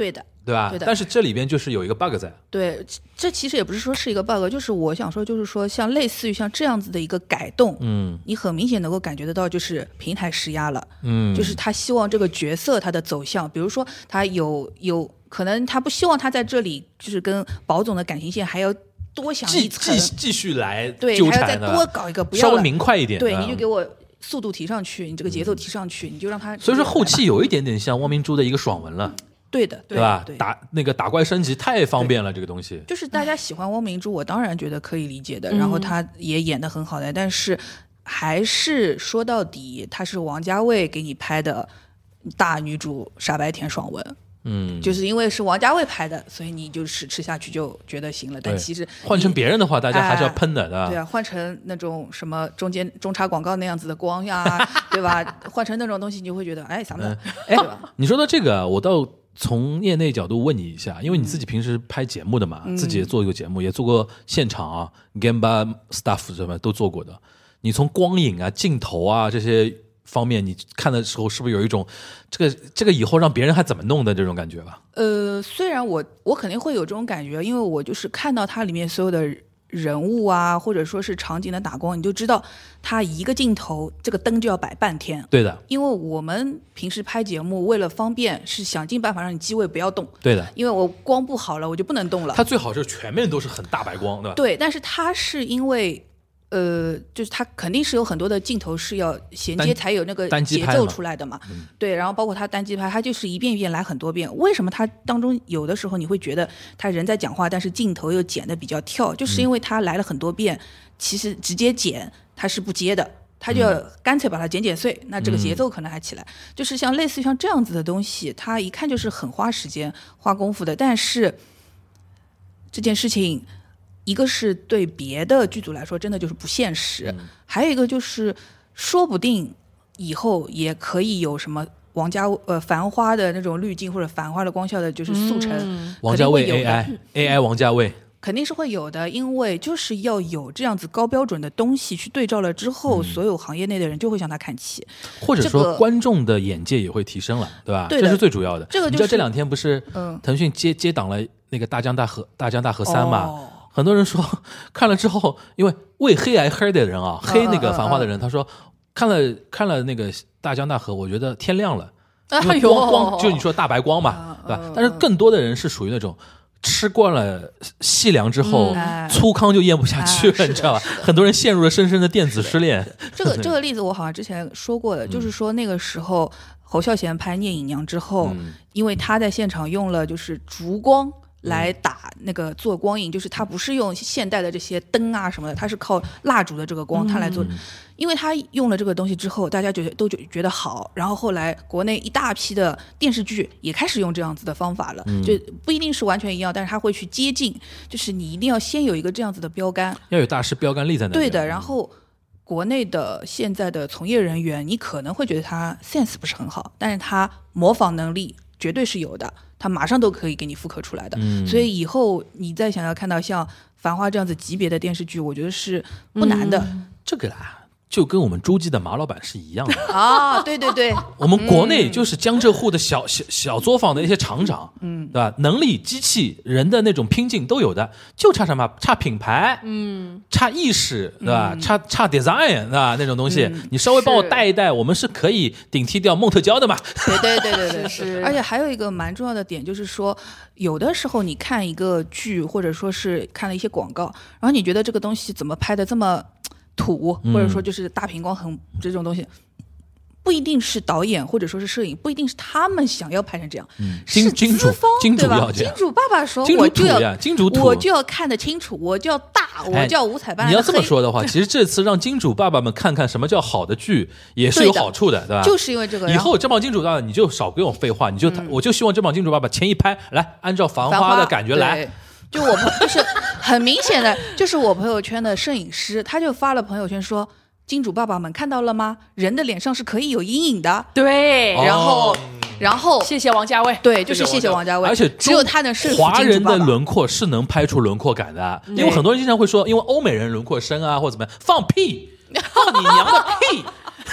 Speaker 2: 对吧？
Speaker 3: 对的
Speaker 2: 但是这里边就是有一个 bug 在。
Speaker 3: 对，这其实也不是说是一个 bug， 就是我想说，就是说像类似于像这样子的一个改动，你很明显能够感觉得到，就是平台施压了，就是他希望这个角色他的走向，比如说他有可能他不希望他在这里就是跟宝总的感情线还要多想一层，
Speaker 2: 继续来
Speaker 3: 对，
Speaker 2: 纠缠
Speaker 3: 还要再多搞一个，不要
Speaker 2: 稍微明快一点，
Speaker 3: 对，你就给我速度提上去，你这个节奏提上去，你就让他。
Speaker 2: 所以说后期有一点点像汪明珠的一个爽文了。
Speaker 3: 对的，
Speaker 2: 对吧？
Speaker 3: 对，
Speaker 2: 打怪升级太方便了，这个东西。
Speaker 3: 就是大家喜欢汪明珠，我当然觉得可以理解的。然后她也演得很好的，但是还是说到底，她是王家卫给你拍的大女主傻白甜爽文。就是因为是王家卫拍的，所以你就是吃下去就觉得行了。但其实
Speaker 2: 换成别人的话，大家还是要喷的，对吧？
Speaker 3: 对啊，换成那种什么中插广告那样子的光呀，对吧？换成那种东西，你就会觉得哎，咱们对吧？
Speaker 2: 你说到这个，我倒从业内角度问你一下，因为你自己平时拍节目的嘛，自己也做过节目，也做过现场啊 ，Gamba stuff 什么都做过的。你从光影啊、镜头啊这些方面，你看的时候是不是有一种这个以后让别人还怎么弄的这种感觉吧？
Speaker 3: 虽然我肯定会有这种感觉，因为我就是看到它里面所有的人物啊，或者说是场景的打光，你就知道它一个镜头这个灯就要摆半天。
Speaker 2: 对的，
Speaker 3: 因为我们平时拍节目为了方便，是想尽办法让你机位不要动。
Speaker 2: 对的，
Speaker 3: 因为我光不好了，我就不能动了。
Speaker 2: 它最好是全面都是很大白光，对吧？
Speaker 3: 对，但是它是因为。就是它肯定是有很多的镜头是要衔接才有那个节奏出来的嘛，对，然后包括它单机拍，它就是一遍一遍来很多遍。为什么它当中有的时候你会觉得他人在讲话，但是镜头又剪得比较跳，就是因为他来了很多遍，其实直接剪它是不接的，他就要干脆把它剪碎，那这个节奏可能还起来。就是像类似于像这样子的东西，它一看就是很花时间花功夫的，但是这件事情。一个是对别的剧组来说真的就是不现实，还有一个就是说不定以后也可以有什么繁花的那种滤镜或者繁花的光效的就是速成，
Speaker 2: 王家卫 AI 王家卫
Speaker 3: 肯定是会有的，因为就是要有这样子高标准的东西去对照了之后，所有行业内的人就会向他看齐，
Speaker 2: 或者说观众的眼界也会提升了，对吧？
Speaker 3: 对，
Speaker 2: 这是最主要的。
Speaker 3: 这个
Speaker 2: 你知道这两天不是腾讯接档了那个大江大河3嘛？很多人说看了之后，因为为黑而黑的人啊，黑那个繁花的人，他说看了那个大江大河，我觉得天亮了，因为光就你说大白光嘛，对吧？但是更多的人是属于那种吃惯了细粮之后，粗糠就咽不下去了，你知道吧？很多人陷入了深深的电子失恋。
Speaker 3: 这个例子我好像之前说过的，就是说那个时候侯孝贤拍《聂隐娘》之后，因为他在现场用了就是烛光。来打那个做光影，就是它不是用现代的这些灯啊什么的，它是靠蜡烛的这个光，它来做。因为它用了这个东西之后，大家都觉得好，然后后来国内一大批的电视剧也开始用这样子的方法了，就不一定是完全一样，但是它会去接近，就是你一定要先有一个这样子的标杆，
Speaker 2: 要有大师标杆立在那里。
Speaker 3: 对的，然后国内的现在的从业人员，你可能会觉得他 sense 不是很好，但是他模仿能力绝对是有的。他马上都可以给你复刻出来的，所以以后你再想要看到像《繁花》这样子级别的电视剧，我觉得是不难的。
Speaker 2: 这个啦，就跟我们诸暨的马老板是一样的
Speaker 3: 啊，对对对，
Speaker 2: 我们国内就是江浙沪的小作坊的一些厂长，对吧？能力、机器人的那种拼劲都有的，就差什么？差品牌，差意识，对吧？差 design， 对吧？那种东西，你稍微帮我带一带，我们是可以顶替掉孟特娇的嘛？
Speaker 3: 对，是。而且还有一个蛮重要的点，就是说，有的时候你看一个剧，或者说是看了一些广告，然后你觉得这个东西怎么拍的这么土，或者说就是大屏光很这种东西，不一定是导演或者说是摄影，不一定是他们想要拍成这样，是资方对吧？金主爸爸说我就要看得清楚，我就要大，我就要五彩斑斓。
Speaker 2: 你要这么说的话，其实这次让金主爸爸们看看什么叫好的剧也是有好处的，对吧？
Speaker 3: 就是因为这个，
Speaker 2: 以后这帮金主爸爸你就少给我废话，我就希望这帮金主爸爸前一拍来按照繁花的感觉来。
Speaker 3: 就我就是很明显的，就是我朋友圈的摄影师，他就发了朋友圈说：“金主爸爸们看到了吗？人的脸上是可以有阴影的。”
Speaker 4: 对，
Speaker 3: 然后
Speaker 4: 谢谢王家卫，
Speaker 3: 对，就是谢谢王家卫，
Speaker 2: 而且
Speaker 3: 只有他能说服
Speaker 2: 华人的轮廓是能拍出轮廓感的，因为很多人经常会说，因为欧美人轮廓深啊或者怎么样，放屁，放你娘的屁。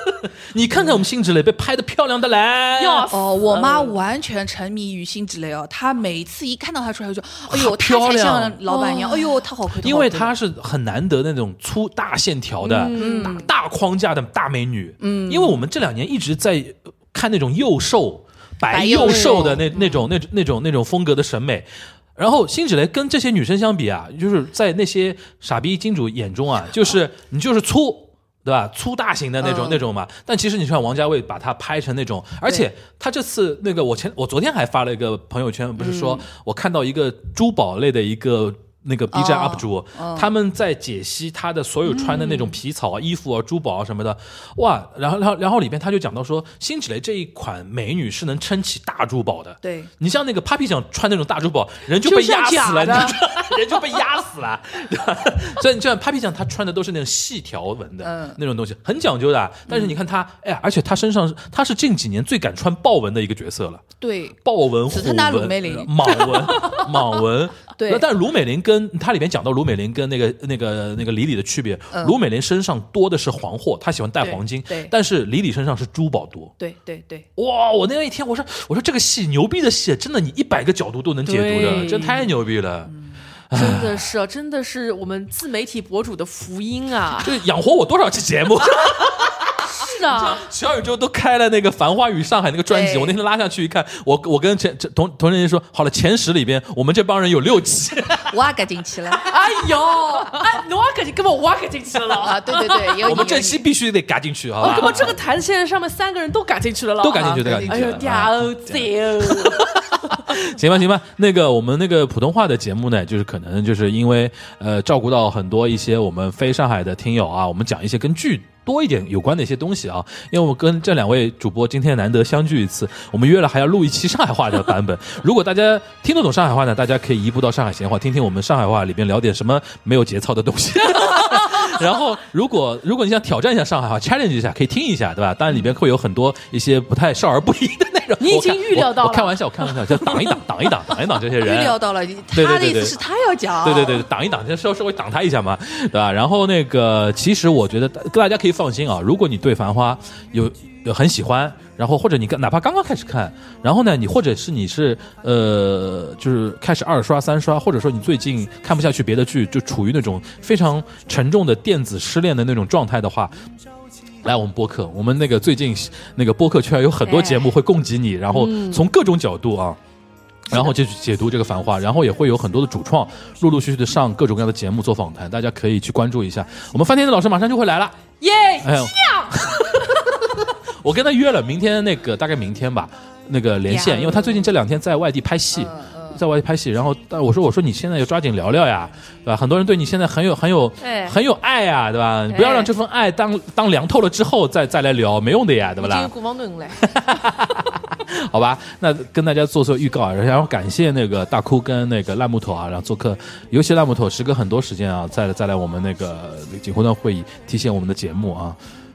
Speaker 2: 你看看我们辛芷蕾被拍的漂亮的嘞。
Speaker 3: 哦，我妈完全沉迷于辛芷蕾哦，她每次一看到她出来就说：“哎呦，她才像老板娘，哎呦，她好看。”
Speaker 2: 因为她是很难得那种粗大线条的、大框架的大美女。因为我们这2年一直在看那种幼瘦、白幼瘦的那种风格的审美。然后辛芷蕾跟这些女生相比啊，就是在那些傻逼金主眼中啊，就是你就是粗，对吧？粗大型的那种嘛。但其实你看王家卫把它拍成那种，而且他这次那个我昨天还发了一个朋友圈，不是说我看到一个珠宝类的一个。那个 B 站 UP 主，他们在解析他的所有穿的那种皮草啊、衣服啊、珠宝啊什么的，哇！然后里边他就讲到说，辛芷蕾这一款美女是能撑起大珠宝的。
Speaker 3: 对，
Speaker 2: 你像那个 Papi 酱穿那种大珠宝，人就被压死了，人就被压死了。所以你像 Papi 酱，她穿的都是那种细条纹的那种东西，很讲究的。但是你看她，哎呀，而且她身上她是近几年最敢穿豹纹的一个角色了。
Speaker 3: 对，
Speaker 2: 豹纹、虎纹、蟒纹。
Speaker 3: 对，
Speaker 2: 但卢美玲跟它里面讲到卢美玲跟那个李李的区别，卢美玲身上多的是黄货，她喜欢戴黄金，但是李李身上是珠宝多。
Speaker 3: 对。
Speaker 2: 哇！我那一天我说这个戏牛逼的戏，真的你100个角度都能解读的，真太牛逼了。
Speaker 4: 真的是我们自媒体博主的福音啊！
Speaker 2: 就养活我多少期节目。
Speaker 4: 是啊，
Speaker 2: 小宇宙都开了那个《繁花与上海》那个专辑，我那天拉下去一看，我跟同人说，好了，前10里边，我们这帮人有6期，
Speaker 3: 我也赶进去了。
Speaker 4: 哎呦，侬也根本我也赶进去了啊！
Speaker 3: 对，
Speaker 2: 我们这期必须得赶进去，好吧？
Speaker 4: 根本这个台子现在上面3个人都赶进去了，
Speaker 2: 都赶进去。
Speaker 4: 哎呦，屌屌！
Speaker 2: 行吧，那个我们那个普通话的节目呢，就是可能就是因为照顾到很多一些我们非上海的听友啊，我们讲一些跟剧多一点有关的一些东西啊，因为我跟这2位主播今天难得相聚一次，我们约了还要录一期上海话的版本。如果大家听得懂上海话呢，大家可以移步到上海闲话，听听我们上海话里边聊点什么没有节操的东西。然后如果你想挑战一下上海话 challenge 一下，可以听一下，对吧？当然里边会有很多一些不太少儿不宜的内容。
Speaker 4: 你已经预料到了，
Speaker 2: 我开玩笑，就挡一挡这些人。
Speaker 3: 预料到了，他的意思是他要讲。
Speaker 2: 对，挡一挡，就稍微挡他一下嘛，对吧？然后那个，其实我觉得大家可以放心啊，如果你对《繁花》有很喜欢，然后或者你哪怕刚刚开始看，然后呢，你或者是你是就是开始2刷3刷，或者说你最近看不下去别的剧，就处于那种非常沉重的电子失恋的那种状态的话。来我们播客，我们那个最近那个播客圈有很多节目会供给你，然后从各种角度啊，然后就去解读这个《繁花》，然后也会有很多的主创陆陆续续的上各种各样的节目做访谈，大家可以去关注一下。我们范天的老师马上就会来了，
Speaker 4: 耶！
Speaker 2: 哎呦，我跟他约了明天大概明天吧，那个连线，因为他最近这2天在外地拍戏。然后我说你现在要抓紧聊聊呀，对吧？很多人对你现在很有爱呀，对吧？你不要让这份爱当凉透了之后再来聊，没用的呀，对吧啦？
Speaker 4: 古方盾嘞，
Speaker 2: 好吧，那跟大家做预告，然后感谢那个大哭跟那个烂木头啊，然后做客，尤其烂木头时隔很多时间啊，再来我们那个锦湖端会议提醒我们的节目啊。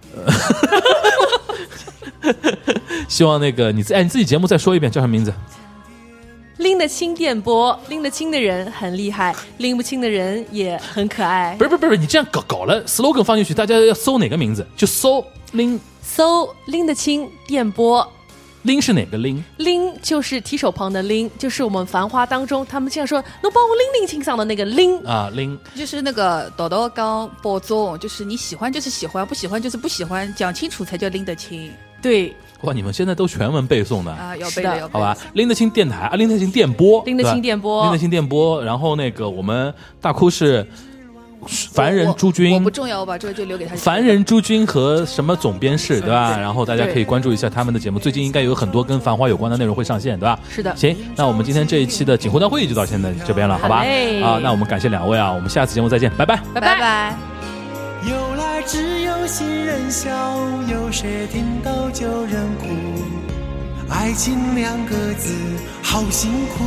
Speaker 2: 希望那个你自己节目再说一遍，叫什么名字？
Speaker 4: 拎得清电波，拎得清的人很厉害，拎不清的人也很可爱。
Speaker 2: 不是，你这样搞了 slogan 放进去，大家要搜哪个名字？就搜拎
Speaker 4: 得清电波。
Speaker 2: 拎是哪个拎？
Speaker 4: 拎就是提手旁的拎，就是我们《繁花》当中他们经常说能帮我拎清上的那个拎
Speaker 2: 啊，拎
Speaker 3: 就是那个豆豆刚播种，就是你喜欢就是喜欢，不喜欢就是不喜欢，讲清楚才叫拎得清。
Speaker 4: 对。
Speaker 2: 哇，你们现在都全文背诵的
Speaker 3: 啊，要背的，
Speaker 2: 好吧？拎得清电台啊，拎得清电波，
Speaker 4: 拎得清电波，
Speaker 2: 然后那个我们大哭是凡人诸君，
Speaker 3: 我不重要，我把这个就留给他。
Speaker 2: 凡人诸君和什么总编室，对吧？然后大家可以关注一下他们的节目，最近应该有很多跟繁花有关的内容会上线，对吧？
Speaker 4: 是的。
Speaker 2: 行，那我们今天这一期的锦湖端会议就到现在这边了，好吧？啊，那我们感谢2位啊，我们下次节目再见，拜拜，
Speaker 4: 拜拜。
Speaker 5: 由来只有新人笑，有谁听到旧人哭？爱情2个字好辛苦，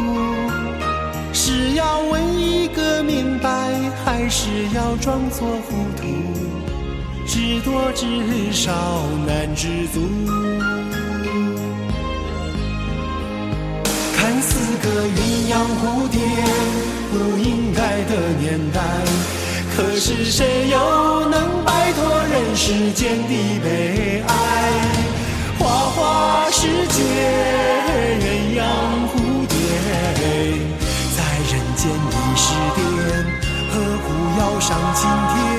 Speaker 5: 是要问一个明白，还是要装作糊涂？知多知少难知足，看似个鸳鸯蝴蝶不应该的年代，可是谁又能摆脱人世间的悲哀。花花世界，鸳鸯蝴蝶，在人间的诗典，何苦要上青天？